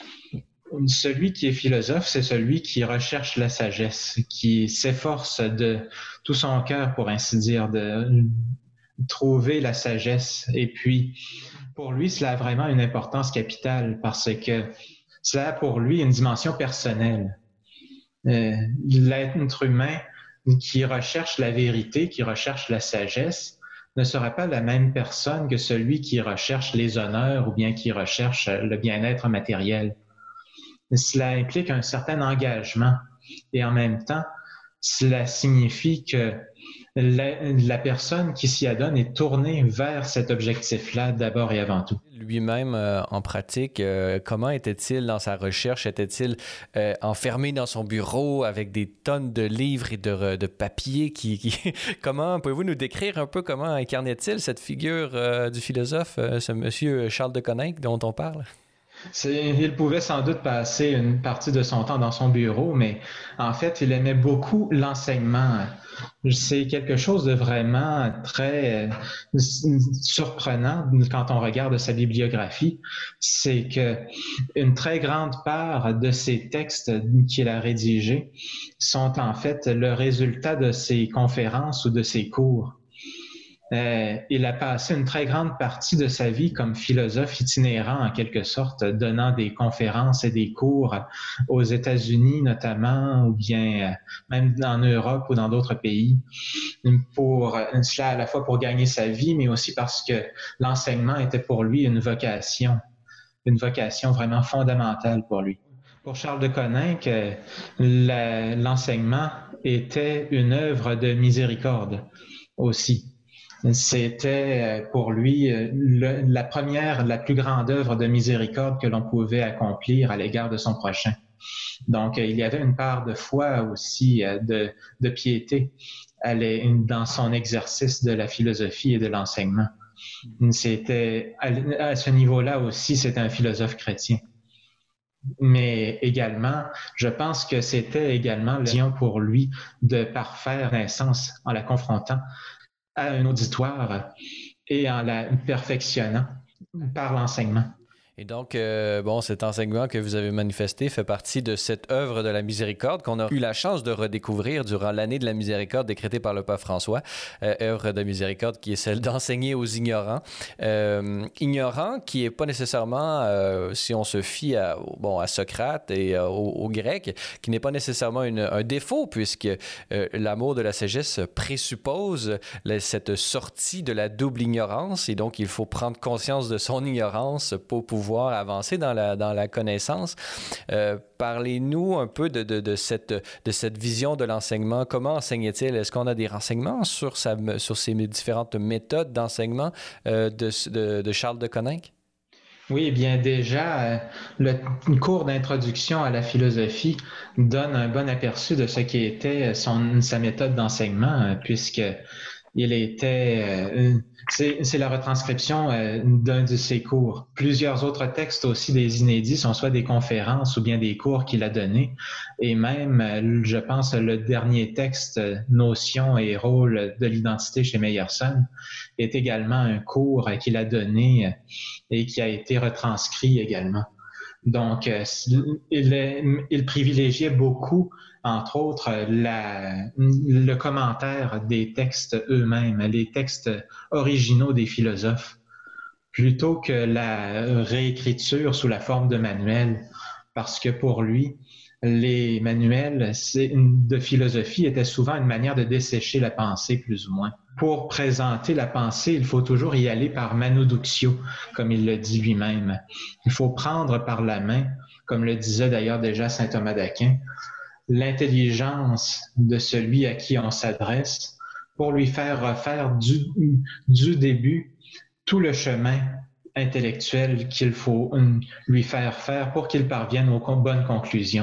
Celui qui est philosophe, c'est celui qui recherche la sagesse, qui s'efforce de tout son cœur, pour ainsi dire, de trouver la sagesse. Et puis, pour lui, cela a vraiment une importance capitale parce que cela a pour lui une dimension personnelle. Euh, l'être humain qui recherche la vérité, qui recherche la sagesse, ne sera pas la même personne que celui qui recherche les honneurs ou bien qui recherche le bien-être matériel. Cela implique un certain engagement et en même temps, cela signifie que la, la personne qui s'y adonne est tournée vers cet objectif-là d'abord et avant tout. Lui-même, euh, en pratique, euh, comment était-il dans sa recherche? Était-il euh, enfermé dans son bureau avec des tonnes de livres et de, de papiers? Qui, qui... Comment pouvez-vous nous décrire un peu comment incarnait-il cette figure euh, du philosophe, euh, ce monsieur Charles de Coninck dont on parle? C'est, il pouvait sans doute passer une partie de son temps dans son bureau, mais en fait, il aimait beaucoup l'enseignement. C'est quelque chose de vraiment très euh, surprenant quand on regarde sa bibliographie. C'est que une très grande part de ses textes qu'il a rédigés sont en fait le résultat de ses conférences ou de ses cours. Euh, il a passé une très grande partie de sa vie comme philosophe itinérant, en quelque sorte, donnant des conférences et des cours aux États-Unis notamment, ou bien euh, même en Europe ou dans d'autres pays, pour cela à la fois pour gagner sa vie, mais aussi parce que l'enseignement était pour lui une vocation, une vocation vraiment fondamentale pour lui. Pour Charles de Coninck, euh, la, l'enseignement était une œuvre de miséricorde aussi. C'était pour lui le, la première, la plus grande œuvre de miséricorde que l'on pouvait accomplir à l'égard de son prochain. Donc, il y avait une part de foi aussi, de, de piété dans son exercice de la philosophie et de l'enseignement. C'était, à ce niveau-là aussi, c'était un philosophe chrétien. Mais également, je pense que c'était également l'occasion pour lui de parfaire naissance en la confrontant à un auditoire et en la perfectionnant par l'enseignement. Et donc, euh, bon, cet enseignement que vous avez manifesté fait partie de cette œuvre de la miséricorde qu'on a eu la chance de redécouvrir durant l'année de la miséricorde décrétée par le pape François, euh, œuvre de miséricorde qui est celle d'enseigner aux ignorants. Euh, ignorants qui n'est pas nécessairement, euh, si on se fie à, bon, à Socrate et euh, aux, aux Grecs, qui n'est pas nécessairement une, un défaut puisque euh, l'amour de la sagesse présuppose la, cette sortie de la double ignorance et donc il faut prendre conscience de son ignorance pour pouvoir avancer dans la, dans la connaissance. Euh, parlez-nous un peu de, de, de, cette, de cette vision de l'enseignement. Comment enseignait-il? Est-ce qu'on a des renseignements sur, sa, sur ces différentes méthodes d'enseignement euh, de, de, de Charles de Coninck? Oui, eh bien déjà, euh, le cours d'introduction à la philosophie donne un bon aperçu de ce qui était son, sa méthode d'enseignement, euh, puisque il était... Euh, C'est, c'est la retranscription euh, d'un de ses cours. Plusieurs autres textes aussi des inédits sont soit des conférences ou bien des cours qu'il a donnés. Et même, euh, je pense, le dernier texte, euh, Notions et rôle de l'identité chez Meyerson, est également un cours euh, qu'il a donné euh, et qui a été retranscrit également. Donc, euh, il, il privilégiait beaucoup, entre autres, la, le commentaire des textes eux-mêmes, les textes originaux des philosophes, plutôt que la réécriture sous la forme de manuels, parce que pour lui, les manuels de philosophie étaient souvent une manière de dessécher la pensée, plus ou moins. Pour présenter la pensée, il faut toujours y aller par manuductio, comme il le dit lui-même. Il faut prendre par la main, comme le disait d'ailleurs déjà saint Thomas d'Aquin, l'intelligence de celui à qui on s'adresse pour lui faire refaire du, du début tout le chemin intellectuel qu'il faut lui faire faire pour qu'il parvienne aux bonnes conclusions.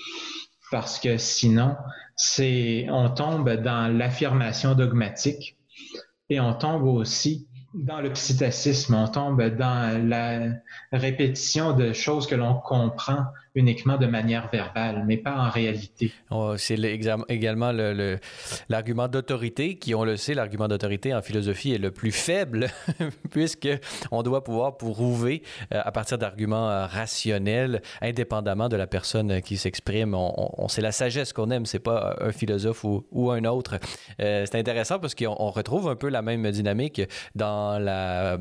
Parce que sinon, c'est, on tombe dans l'affirmation dogmatique et on tombe aussi dans le psittacisme, on tombe dans la répétition de choses que l'on comprend uniquement de manière verbale, mais pas en réalité. Oh, c'est également le, le, l'argument d'autorité, qui, on le sait, l'argument d'autorité en philosophie est le plus faible, puisqu'on doit pouvoir prouver euh, à partir d'arguments euh, rationnels, indépendamment de la personne qui s'exprime. On, on, c'est la sagesse qu'on aime, c'est pas un philosophe ou, ou un autre. Euh, c'est intéressant parce qu'on on retrouve un peu la même dynamique dans la,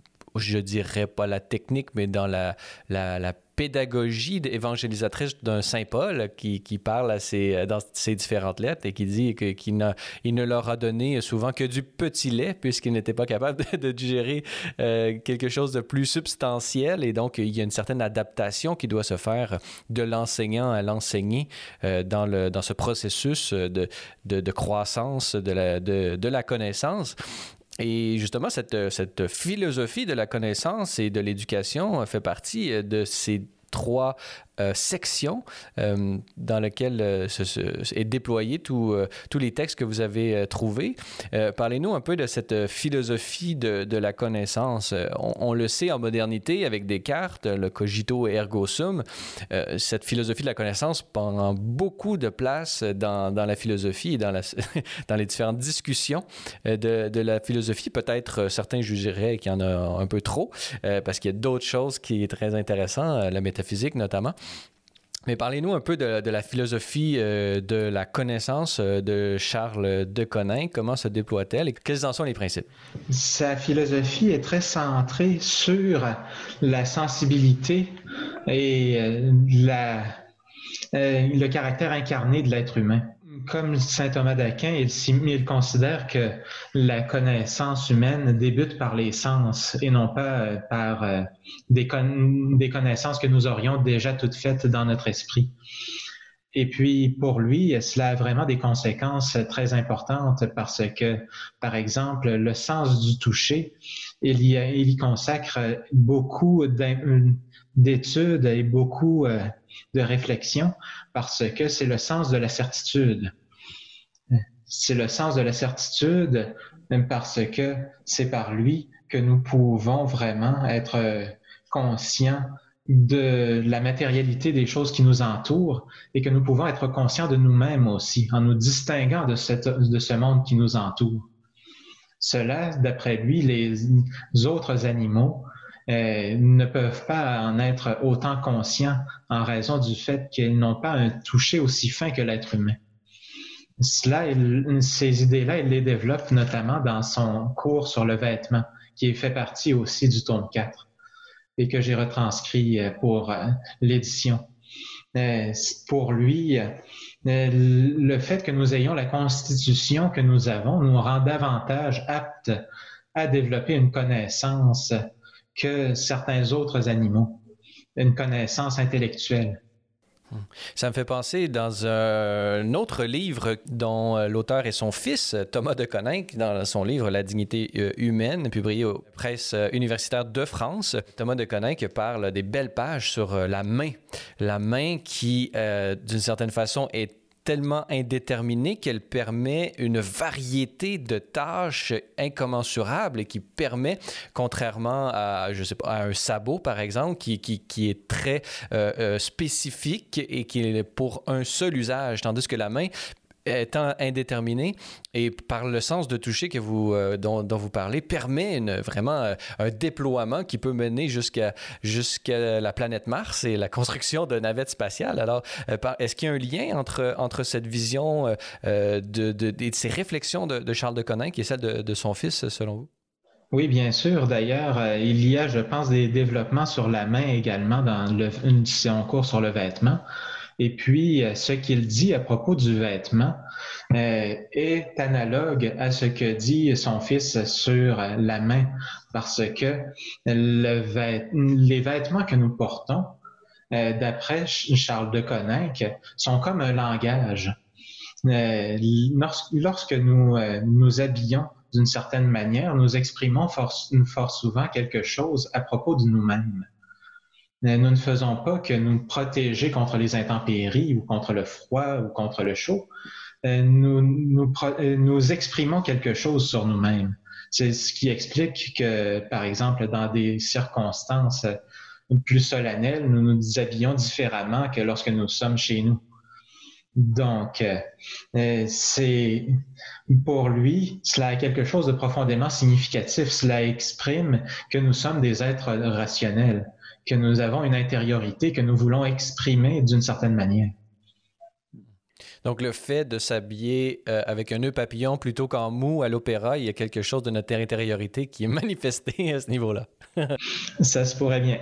je dirais pas la technique, mais dans la, la, la pédagogie évangélisatrice d'un saint Paul qui, qui parle à ses, dans ses différentes lettres et qui dit que, qu'il n'a, il ne leur a donné souvent que du petit lait puisqu'il n'était pas capable de, de digérer euh, quelque chose de plus substantiel, et donc il y a une certaine adaptation qui doit se faire de l'enseignant à l'enseigné euh, dans, le, dans ce processus de, de, de croissance de la, de, de la connaissance. Et justement, cette, cette philosophie de la connaissance et de l'éducation fait partie de ces trois euh, sections euh, dans lesquelles euh, se, se, est déployé tout, euh, tous les textes que vous avez euh, trouvés. Euh, parlez-nous un peu de cette philosophie de, de la connaissance. On, on le sait en modernité avec Descartes, le cogito ergo sum. Euh, cette philosophie de la connaissance prend beaucoup de place dans, dans la philosophie et dans, la, dans les différentes discussions de, de la philosophie. Peut-être certains jugeraient qu'il y en a un peu trop, euh, parce qu'il y a d'autres choses qui sont très intéressantes, la métaphysique notamment. Mais parlez-nous un peu de, de la philosophie euh, de la connaissance euh, de Charles de Coninck. Comment se déploie-t-elle et quels en sont les principes? Sa philosophie est très centrée sur la sensibilité et euh, la, euh, le caractère incarné de l'être humain. Comme saint Thomas d'Aquin, il, il considère que la connaissance humaine débute par les sens et non pas par euh, des, con des connaissances que nous aurions déjà toutes faites dans notre esprit. Et puis, pour lui, cela a vraiment des conséquences très importantes parce que, par exemple, le sens du toucher, il y, a, il y consacre beaucoup d'études et beaucoup euh, de réflexion parce que c'est le sens de la certitude. C'est le sens de la certitude même parce que c'est par lui que nous pouvons vraiment être conscients de la matérialité des choses qui nous entourent et que nous pouvons être conscients de nous-mêmes aussi en nous distinguant de, cette, de ce monde qui nous entoure. Cela, d'après lui, les autres animaux Euh, ne peuvent pas en être autant conscients en raison du fait qu'ils n'ont pas un toucher aussi fin que l'être humain. Cela, il, ces idées-là, il les développe notamment dans son cours sur le vêtement, qui fait partie aussi du tome quatre et que j'ai retranscrit pour euh, l'édition. Euh, pour lui, euh, le fait que nous ayons la constitution que nous avons nous rend davantage aptes à développer une connaissance que certains autres animaux, une connaissance intellectuelle. Ça me fait penser dans un autre livre dont l'auteur est son fils, Thomas de Coninck, dans son livre La dignité humaine, publié aux presses universitaires de France. Thomas de Coninck parle des belles pages sur la main. La main qui, euh, d'une certaine façon, est tellement indéterminée qu'elle permet une variété de tâches incommensurables et qui permet, contrairement à, je sais pas, à un sabot, par exemple, qui, qui, qui est très euh, euh, spécifique et qui est pour un seul usage, tandis que la main, étant indéterminée et par le sens de toucher que vous, euh, dont, dont vous parlez, permet une, vraiment euh, un déploiement qui peut mener jusqu'à jusqu'à la planète Mars et la construction de navettes spatiales. Alors, euh, par, est-ce qu'il y a un lien entre, entre cette vision euh, de, de, de, de ces réflexions de, de Charles de Coninck et celle de, de son fils, selon vous? Oui, bien sûr. D'ailleurs, euh, il y a, je pense, des développements sur la main également dans le, son cours sur le vêtement. Et puis, ce qu'il dit à propos du vêtement euh, est analogue à ce que dit son fils sur la main, parce que le vêt- les vêtements que nous portons, euh, d'après Charles de Coninck, sont comme un langage. Euh, lorsque nous euh, nous habillons d'une certaine manière, nous exprimons fort, fort souvent quelque chose à propos de nous-mêmes. Nous ne faisons pas que nous protéger contre les intempéries ou contre le froid ou contre le chaud. Nous, nous, nous exprimons quelque chose sur nous-mêmes. C'est ce qui explique que, par exemple, dans des circonstances plus solennelles, nous nous habillons différemment que lorsque nous sommes chez nous. Donc, euh, c'est pour lui, cela a quelque chose de profondément significatif. Cela exprime que nous sommes des êtres rationnels, que nous avons une intériorité que nous voulons exprimer d'une certaine manière. Donc, le fait de s'habiller euh, avec un nœud papillon plutôt qu'en mou à l'opéra, il y a quelque chose de notre intériorité qui est manifesté à ce niveau-là. Ça se pourrait bien.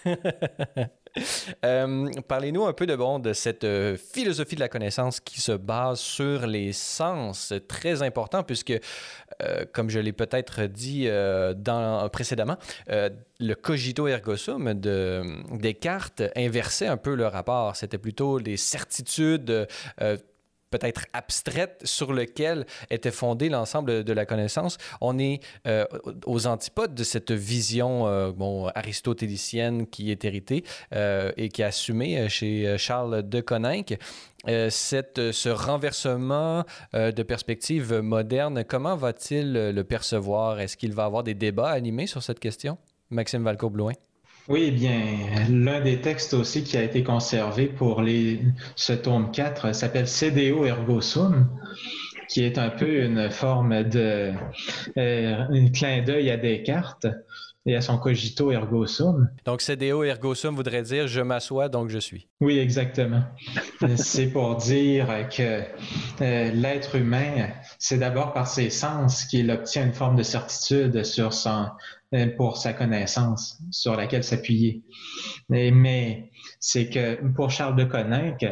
Euh, parlez-nous un peu de, bon, de cette euh, philosophie de la connaissance qui se base sur les sens, très important puisque, euh, comme je l'ai peut-être dit euh, dans, précédemment, euh, le cogito ergo sum de Descartes inversait un peu le rapport. C'était plutôt les certitudes euh, peut-être abstraite sur lequel était fondé l'ensemble de la connaissance. On est euh, aux antipodes de cette vision euh, bon, aristotélicienne qui est héritée euh, et qui est assumée chez Charles de Coninck. Euh, cette, ce renversement euh, de perspective moderne, comment va-t-il le percevoir? Est-ce qu'il va avoir des débats animés sur cette question? Maxime Valcourt-Blouin. Oui, bien, l'un des textes aussi qui a été conservé pour les, ce tome quatre s'appelle Cedeo ergo sum, qui est un peu une forme de euh, un clin d'œil à Descartes et à son cogito ergo sum. Donc, Cedeo ergo sum voudrait dire « je m'assois, donc je suis ». Oui, exactement. C'est pour dire que euh, l'être humain, c'est d'abord par ses sens qu'il obtient une forme de certitude sur son, euh, pour sa connaissance, sur laquelle s'appuyer. Mais, mais c'est que pour Charles de Coninck,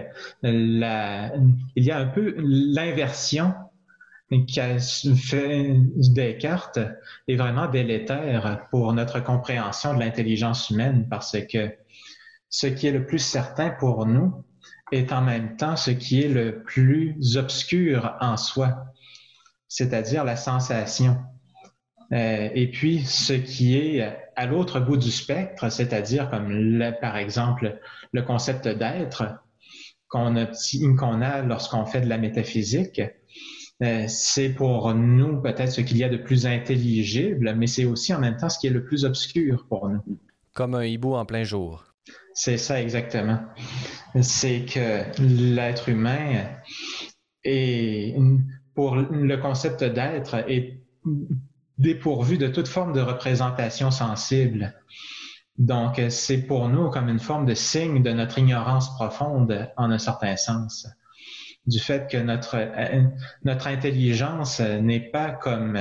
la, il y a un peu l'inversion qu'a fait Descartes est vraiment délétère pour notre compréhension de l'intelligence humaine parce que ce qui est le plus certain pour nous est en même temps ce qui est le plus obscur en soi, c'est-à-dire la sensation. Euh, et puis, ce qui est à l'autre bout du spectre, c'est-à-dire comme le, par exemple le concept d'être qu'on a, qu'on a lorsqu'on fait de la métaphysique, euh, c'est pour nous peut-être ce qu'il y a de plus intelligible, mais c'est aussi en même temps ce qui est le plus obscur pour nous. Comme un hibou en plein jour. C'est ça exactement. C'est que l'être humain est, pour le concept d'être, est dépourvu de toute forme de représentation sensible. Donc, c'est pour nous comme une forme de signe de notre ignorance profonde en un certain sens. Du fait que notre, notre intelligence n'est pas comme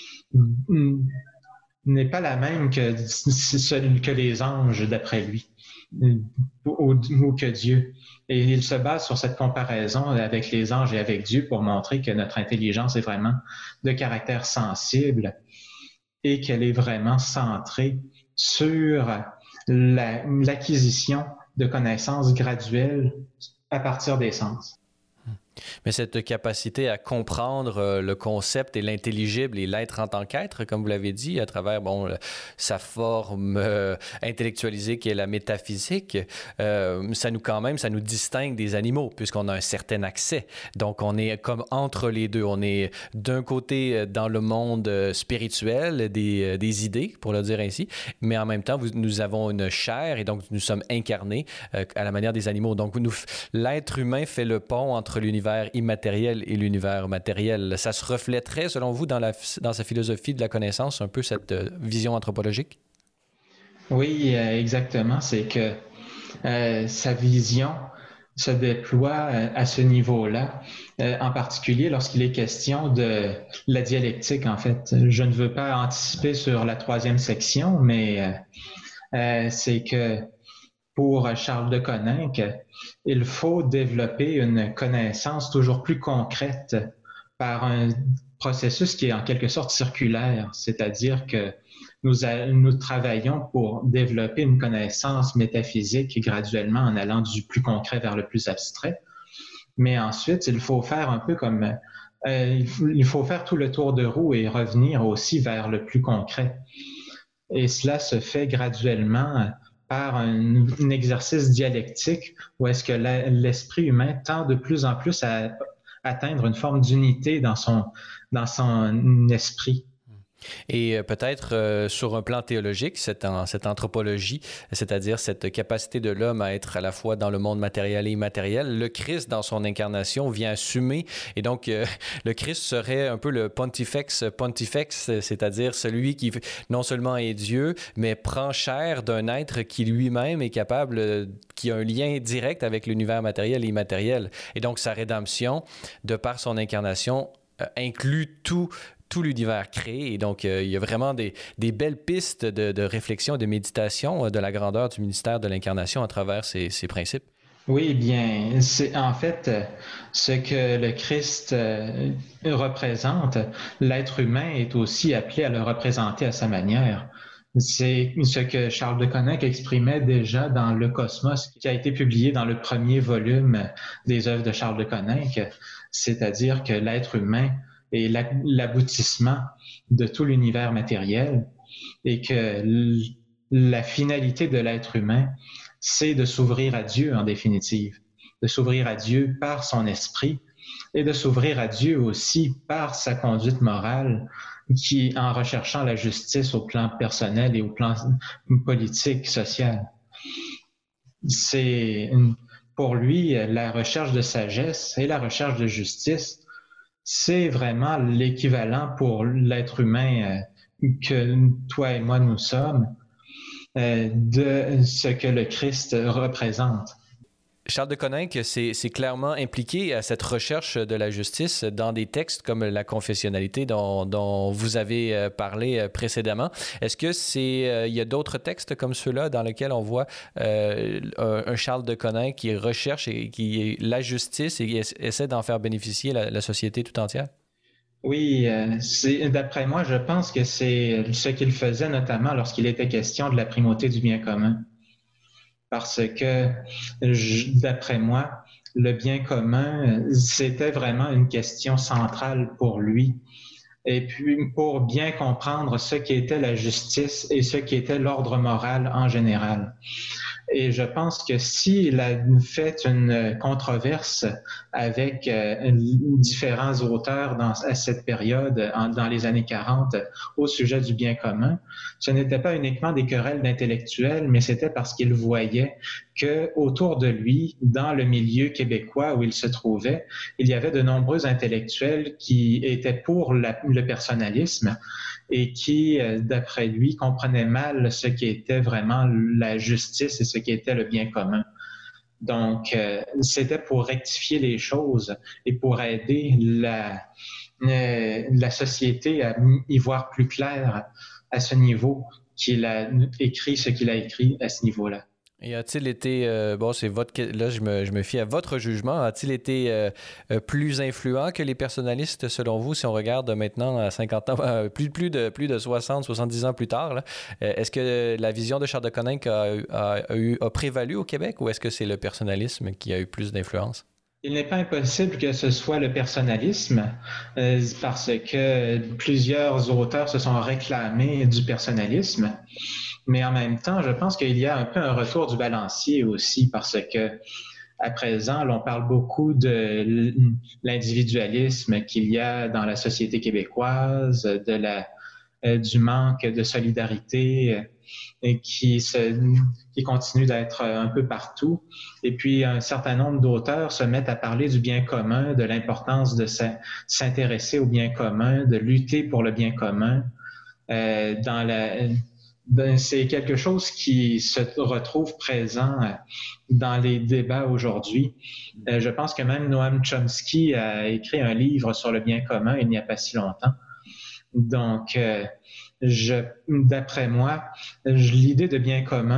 n'est pas la même que celle que les anges d'après lui. Ou, ou que Dieu. Et il se base sur cette comparaison avec les anges et avec Dieu pour montrer que notre intelligence est vraiment de caractère sensible et qu'elle est vraiment centrée sur la, l'acquisition de connaissances graduelles à partir des sens. Mais cette capacité à comprendre euh, le concept et l'intelligible et l'être en tant qu'être, comme vous l'avez dit, à travers bon, le, sa forme euh, intellectualisée qui est la métaphysique, euh, ça nous quand même, ça nous distingue des animaux puisqu'on a un certain accès. Donc, on est comme entre les deux. On est d'un côté dans le monde spirituel des, des idées, pour le dire ainsi, mais en même temps, vous, nous avons une chair et donc nous sommes incarnés euh, à la manière des animaux. Donc, nous, l'être humain fait le pont entre l'univers immatériel et l'univers matériel. Ça se reflèterait, selon vous, dans, la, dans sa philosophie de la connaissance, un peu cette euh, vision anthropologique? Oui, euh, exactement. C'est que euh, sa vision se déploie euh, à ce niveau-là, euh, en particulier lorsqu'il est question de la dialectique, en fait. Je ne veux pas anticiper sur la troisième section, mais euh, euh, c'est que pour Charles de Coninck, il faut développer une connaissance toujours plus concrète par un processus qui est en quelque sorte circulaire, c'est-à-dire que nous, a, nous travaillons pour développer une connaissance métaphysique graduellement en allant du plus concret vers le plus abstrait. Mais ensuite, il faut faire un peu comme... Euh, il, faut, il faut faire tout le tour de roue et revenir aussi vers le plus concret. Et cela se fait graduellement par un, un exercice dialectique où est-ce que la, l'esprit humain tend de plus en plus à atteindre une forme d'unité dans son, dans son esprit. Et peut-être euh, sur un plan théologique, cette, en, cette anthropologie, c'est-à-dire cette capacité de l'homme à être à la fois dans le monde matériel et immatériel, le Christ, dans son incarnation, vient assumer. Et donc, euh, le Christ serait un peu le pontifex pontifex, c'est-à-dire celui qui non seulement est Dieu, mais prend chair d'un être qui lui-même est capable, qui a un lien direct avec l'univers matériel et immatériel. Et donc, sa rédemption, de par son incarnation, euh, inclut tout tout l'univers créé. Et donc, euh, il y a vraiment des, des belles pistes de, de réflexion, de méditation euh, de la grandeur du ministère de l'Incarnation à travers ces, ces principes. Oui, bien, c'est en fait ce que le Christ euh, représente. L'être humain est aussi appelé à le représenter à sa manière. C'est ce que Charles de Coninck exprimait déjà dans Le Cosmos, qui a été publié dans le premier volume des œuvres de Charles de Coninck, c'est-à-dire que l'être humain et l'aboutissement de tout l'univers matériel et que la finalité de l'être humain, c'est de s'ouvrir à Dieu en définitive, de s'ouvrir à Dieu par son esprit et de s'ouvrir à Dieu aussi par sa conduite morale qui, en recherchant la justice au plan personnel et au plan politique, social. C'est pour lui la recherche de sagesse et la recherche de justice. C'est vraiment l'équivalent pour l'être humain euh, que toi et moi nous sommes euh, de ce que le Christ représente. Charles de Coninck s'est clairement impliqué à cette recherche de la justice dans des textes comme la confessionnalité dont, dont vous avez parlé précédemment. Est-ce que c'est, euh, il y a d'autres textes comme ceux-là dans lesquels on voit euh, un Charles de Coninck qui recherche et qui la justice et essaie d'en faire bénéficier la, la société tout entière? Oui, euh, d'après moi, je pense que c'est ce qu'il faisait notamment lorsqu'il était question de la primauté du bien commun. Parce que, d'après moi, le bien commun, c'était vraiment une question centrale pour lui. Et puis, pour bien comprendre ce qu'était la justice et ce qu'était l'ordre moral en général. Et je pense que s'il a fait une controverse avec euh, différents auteurs dans, à cette période, en, dans les années quarante, au sujet du bien commun, ce n'était pas uniquement des querelles d'intellectuels, mais c'était parce qu'il voyait que autour de lui, dans le milieu québécois où il se trouvait, il y avait de nombreux intellectuels qui étaient pour la, le personnalisme et qui, d'après lui, comprenaient mal ce qui était vraiment la justice et ce qui était le bien commun. Donc, euh, c'était pour rectifier les choses et pour aider la, euh, la société à y voir plus clair à ce niveau qu'il a écrit ce qu'il a écrit à ce niveau-là. Et a-t-il été, euh, bon, c'est votre, là je me, je me fie à votre jugement, a-t-il été euh, plus influent que les personnalistes selon vous, si on regarde maintenant à cinquante ans, euh, plus, plus, de, plus de soixante, soixante-dix ans plus tard, là, euh, est-ce que la vision de Charles de Coninck a, a, a, eu, a prévalu au Québec ou est-ce que c'est le personnalisme qui a eu plus d'influence? Il n'est pas impossible que ce soit le personnalisme euh, parce que plusieurs auteurs se sont réclamés du personnalisme. Mais en même temps, je pense qu'il y a un peu un retour du balancier aussi parce que à présent, l'on parle beaucoup de l'individualisme qu'il y a dans la société québécoise, de la, euh, du manque de solidarité et qui, se, qui continue d'être un peu partout. Et puis, un certain nombre d'auteurs se mettent à parler du bien commun, de l'importance de s'intéresser au bien commun, de lutter pour le bien commun. Euh, dans la, ben, c'est quelque chose qui se retrouve présent dans les débats aujourd'hui. Euh, je pense que même Noam Chomsky a écrit un livre sur le bien commun il n'y a pas si longtemps. Donc, euh, je, d'après moi, l'idée de bien commun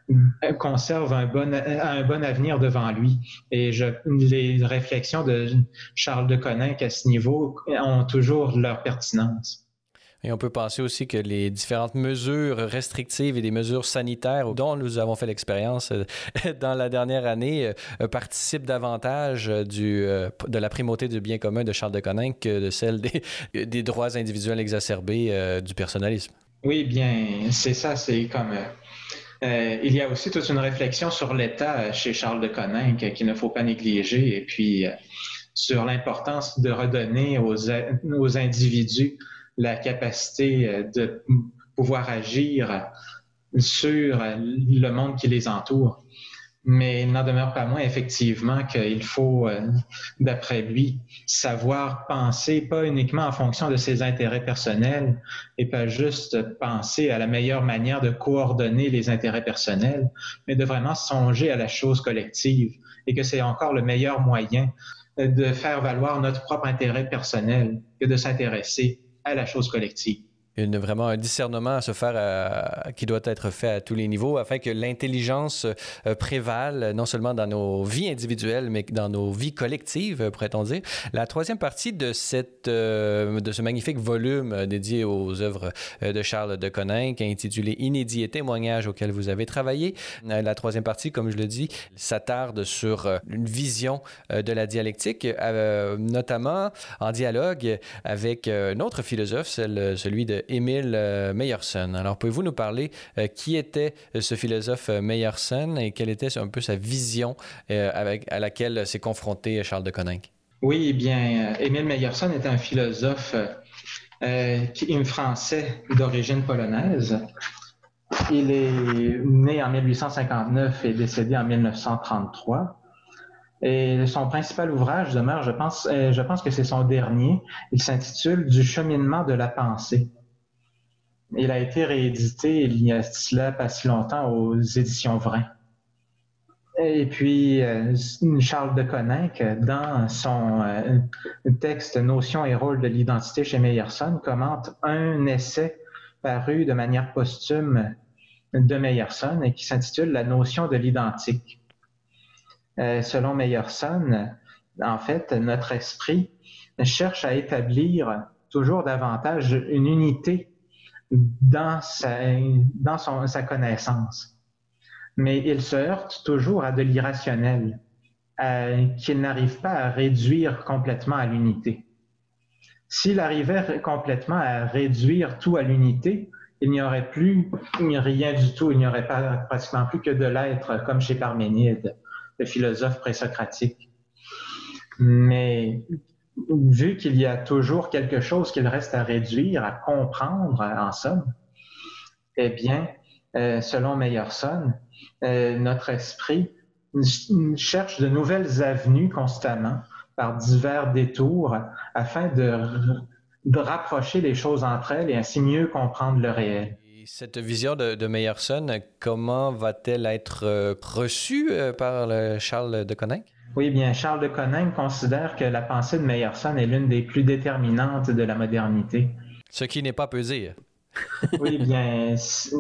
conserve un bon, un bon avenir devant lui. Et je, les réflexions de Charles de Coninck à ce niveau ont toujours leur pertinence. Et on peut penser aussi que les différentes mesures restrictives et des mesures sanitaires dont nous avons fait l'expérience dans la dernière année participent davantage du, de la primauté du bien commun de Charles de Coninck que de celle des, des droits individuels exacerbés du personnalisme. Oui, bien, c'est ça, c'est comme... Euh, il y a aussi toute une réflexion sur l'État chez Charles de Coninck qu'il ne faut pas négliger, et puis euh, sur l'importance de redonner aux, aux individus la capacité de pouvoir agir sur le monde qui les entoure. Mais il n'en demeure pas moins effectivement qu'il faut, d'après lui, savoir penser pas uniquement en fonction de ses intérêts personnels et pas juste penser à la meilleure manière de coordonner les intérêts personnels, mais de vraiment songer à la chose collective et que c'est encore le meilleur moyen de faire valoir notre propre intérêt personnel que de s'intéresser à la chose collective. Une, vraiment un discernement à se faire à, qui doit être fait à tous les niveaux afin que l'intelligence euh, prévale non seulement dans nos vies individuelles, mais dans nos vies collectives, pourrait-on dire. La troisième partie de, cette, euh, de ce magnifique volume dédié aux œuvres de Charles de Coninck, intitulé « Inédits et témoignages auxquels vous avez travaillé ». La troisième partie, comme je le dis, s'attarde sur une vision de la dialectique, euh, notamment en dialogue avec un autre philosophe, celle, celui de Emile euh, Meyerson. Alors, pouvez-vous nous parler euh, qui était ce philosophe euh, Meyerson et quelle était un peu sa vision euh, avec, à laquelle s'est confronté Charles de Coninck? Oui, eh bien, Emile Meyerson était un philosophe euh, qui, français d'origine polonaise. Il est né en mille huit cent cinquante-neuf et décédé en mille neuf cent trente-trois. Et son principal ouvrage demeure, je pense, euh, je pense que c'est son dernier. Il s'intitule « Du cheminement de la pensée ». Il a été réédité il y a cela pas si longtemps aux éditions Vrin. Et puis, euh, Charles de Coninck, dans son euh, texte « Notions et rôles de l'identité » chez Meyerson, commente un essai paru de manière posthume de Meyerson et qui s'intitule « La notion de l'identique ». Euh, selon Meyerson, en fait, notre esprit cherche à établir toujours davantage une unité dans sa, dans son, sa connaissance. Mais il se heurte toujours à de l'irrationnel, qu'il n'arrive pas à réduire complètement à l'unité. S'il arrivait complètement à réduire tout à l'unité, il n'y aurait plus rien du tout, il n'y aurait pas, pratiquement plus que de l'être, comme chez Parménide, le philosophe présocratique. Mais vu qu'il y a toujours quelque chose qu'il reste à réduire, à comprendre, en somme, eh bien, euh, selon Meyerson, euh, notre esprit cherche de nouvelles avenues constamment par divers détours afin de, de rapprocher les choses entre elles et ainsi mieux comprendre le réel. Et cette vision de, de Meyerson, comment va-t-elle être reçue par le Charles de Coninck? Oui, bien, Charles de Coninck considère que la pensée de Meyerson est l'une des plus déterminantes de la modernité. Ce qui n'est pas peu dire. Oui, bien,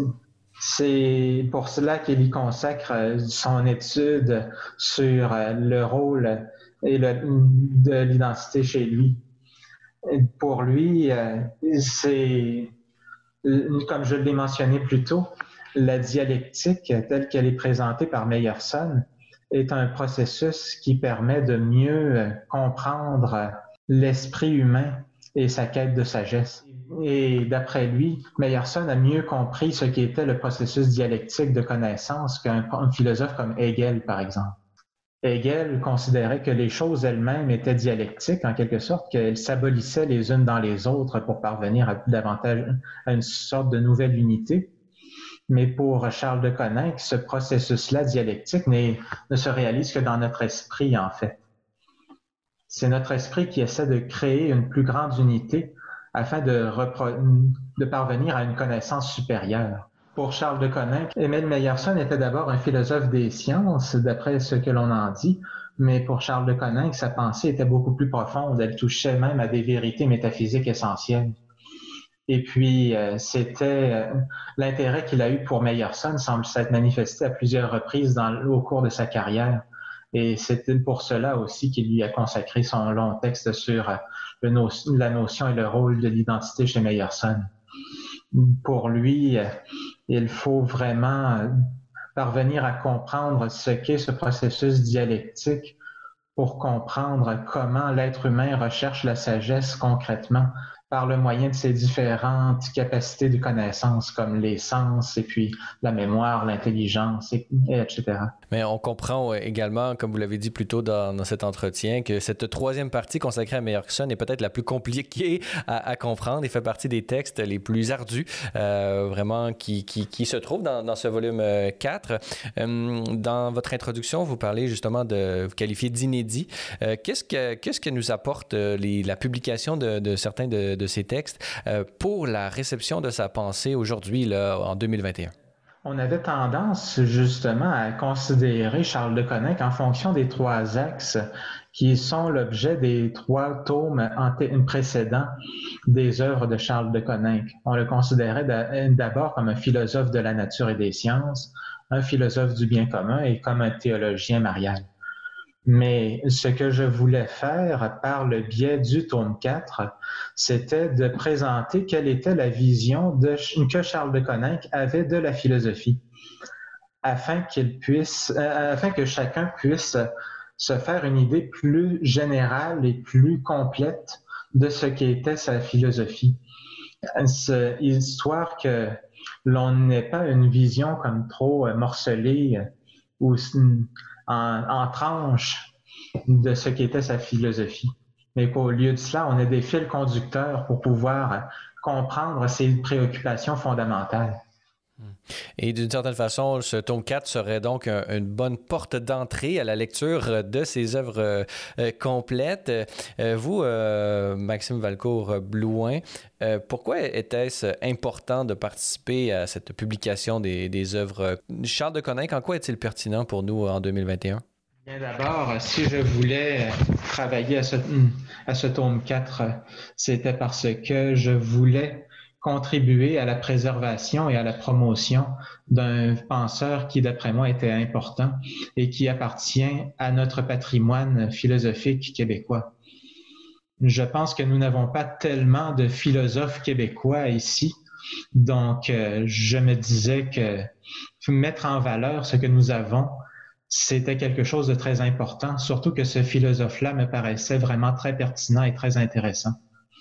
c'est pour cela qu'il y consacre son étude sur le rôle et le, de l'identité chez lui. Pour lui, c'est, comme je l'ai mentionné plus tôt, la dialectique telle qu'elle est présentée par Meyerson est un processus qui permet de mieux comprendre l'esprit humain et sa quête de sagesse. Et d'après lui, Meyerson a mieux compris ce qu'était le processus dialectique de connaissance qu'un philosophe comme Hegel, par exemple. Hegel considérait que les choses elles-mêmes étaient dialectiques, en quelque sorte, qu'elles s'abolissaient les unes dans les autres pour parvenir à davantage à une sorte de nouvelle unité. Mais pour Charles de Coninck, ce processus-là dialectique ne se réalise que dans notre esprit, en fait. C'est notre esprit qui essaie de créer une plus grande unité afin de, de parvenir à une connaissance supérieure. Pour Charles de Coninck, Emile Meyerson était d'abord un philosophe des sciences, d'après ce que l'on en dit, mais pour Charles de Coninck, sa pensée était beaucoup plus profonde, elle touchait même à des vérités métaphysiques essentielles. Et puis, euh, c'était euh, l'intérêt qu'il a eu pour Meyerson semble s'être manifesté à plusieurs reprises dans, au cours de sa carrière. Et c'est pour cela aussi qu'il lui a consacré son long texte sur le no- la notion et le rôle de l'identité chez Meyerson. Pour lui, il faut vraiment parvenir à comprendre ce qu'est ce processus dialectique pour comprendre comment l'être humain recherche la sagesse concrètement par le moyen de ses différentes capacités de connaissance, comme les sens et puis la mémoire, l'intelligence, et, et cetera. Mais on comprend également, comme vous l'avez dit plus tôt dans, dans cet entretien, que cette troisième partie consacrée à Meyerson est peut-être la plus compliquée à, à comprendre et fait partie des textes les plus ardus, euh, vraiment, qui, qui, qui se trouvent dans, dans ce volume quatre. Euh, dans votre introduction, vous parlez justement de, vous qualifiez d'inédit. Euh, qu'est-ce que, qu'est-ce que nous apporte les, la publication de, de certains de, de ces textes euh, pour la réception de sa pensée aujourd'hui, là, en deux mille vingt et un? On avait tendance justement à considérer Charles de Coninck en fonction des trois axes qui sont l'objet des trois tomes précédents des œuvres de Charles de Coninck. On le considérait d'abord comme un philosophe de la nature et des sciences, un philosophe du bien commun et comme un théologien marial. Mais ce que je voulais faire par le biais du tome quatre, c'était de présenter quelle était la vision de, que Charles de Coninck avait de la philosophie, afin qu'il puisse, euh, afin que chacun puisse se faire une idée plus générale et plus complète de ce qu'était sa philosophie. C'est, histoire que l'on n'ait pas une vision comme trop morcelée ou En, en tranches de ce qu'était sa philosophie. Mais qu'au lieu de cela, on a des fils conducteurs pour pouvoir comprendre ses préoccupations fondamentales. Et d'une certaine façon, ce tome quatre serait donc un, une bonne porte d'entrée à la lecture de ces œuvres euh, complètes. Euh, vous, euh, Maxime Valcourt-Blouin, euh, pourquoi était-ce important de participer à cette publication des, des œuvres? Charles de Coninck, en quoi est-il pertinent pour nous en deux mille vingt et un? Bien d'abord, si je voulais travailler à ce, à ce tome quatre, c'était parce que je voulais contribuer à la préservation et à la promotion d'un penseur qui, d'après moi, était important et qui appartient à notre patrimoine philosophique québécois. Je pense que nous n'avons pas tellement de philosophes québécois ici, donc euh, je me disais que mettre en valeur ce que nous avons, c'était quelque chose de très important, surtout que ce philosophe-là me paraissait vraiment très pertinent et très intéressant.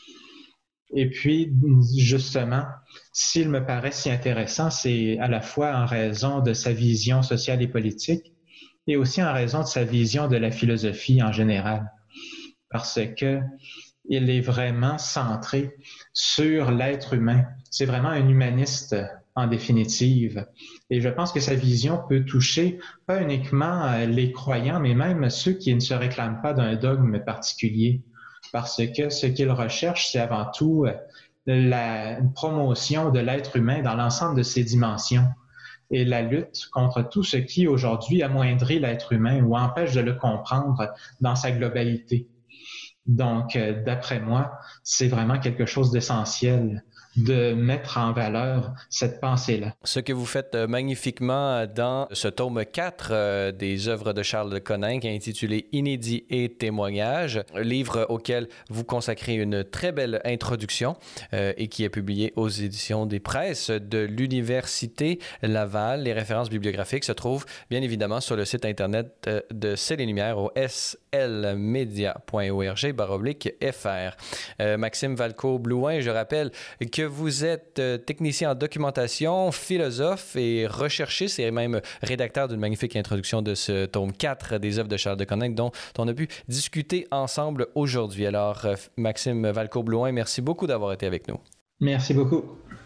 Et puis, justement, s'il me paraît si intéressant, c'est à la fois en raison de sa vision sociale et politique et aussi en raison de sa vision de la philosophie en général, parce que il est vraiment centré sur l'être humain. C'est vraiment un humaniste en définitive. Et je pense que sa vision peut toucher pas uniquement les croyants, mais même ceux qui ne se réclament pas d'un dogme particulier. Parce que ce qu'il recherche, c'est avant tout la promotion de l'être humain dans l'ensemble de ses dimensions et la lutte contre tout ce qui aujourd'hui amoindrit l'être humain ou empêche de le comprendre dans sa globalité. Donc, d'après moi, c'est vraiment quelque chose d'essentiel de mettre en valeur cette pensée-là. Ce que vous faites magnifiquement dans ce tome quatre euh, des œuvres de Charles de Coninck intitulé « Inédits et témoignages », livre auquel vous consacrez une très belle introduction euh, et qui est publié aux éditions des presses de l'Université Laval. Les références bibliographiques se trouvent bien évidemment sur le site internet de Ciel et Lumière au s l media point org barre oblique f r. Euh, Maxime Valcourt-Blouin, je rappelle que vous êtes euh, technicien en documentation, philosophe et recherchiste et même rédacteur d'une magnifique introduction de ce tome quatre des œuvres de Charles de Coninck dont on a pu discuter ensemble aujourd'hui. Alors, euh, Maxime Valcourt-Blouin, merci beaucoup d'avoir été avec nous. Merci beaucoup.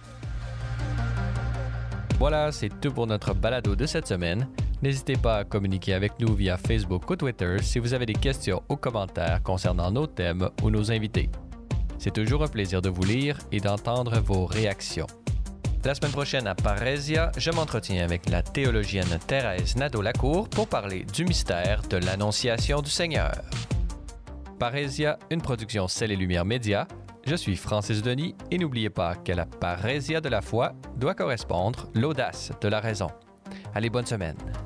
Voilà, c'est tout pour notre balado de cette semaine. N'hésitez pas à communiquer avec nous via Facebook ou Twitter si vous avez des questions ou commentaires concernant nos thèmes ou nos invités. C'est toujours un plaisir de vous lire et d'entendre vos réactions. La semaine prochaine à Parésia, je m'entretiens avec la théologienne Thérèse Nadeau-Lacour pour parler du mystère de l'Annonciation du Seigneur. Parésia, une production Ciel et Lumière Média, Je suis Francis Denis et n'oubliez pas que la parésia de la foi doit correspondre l'audace de la raison. Allez, bonne semaine.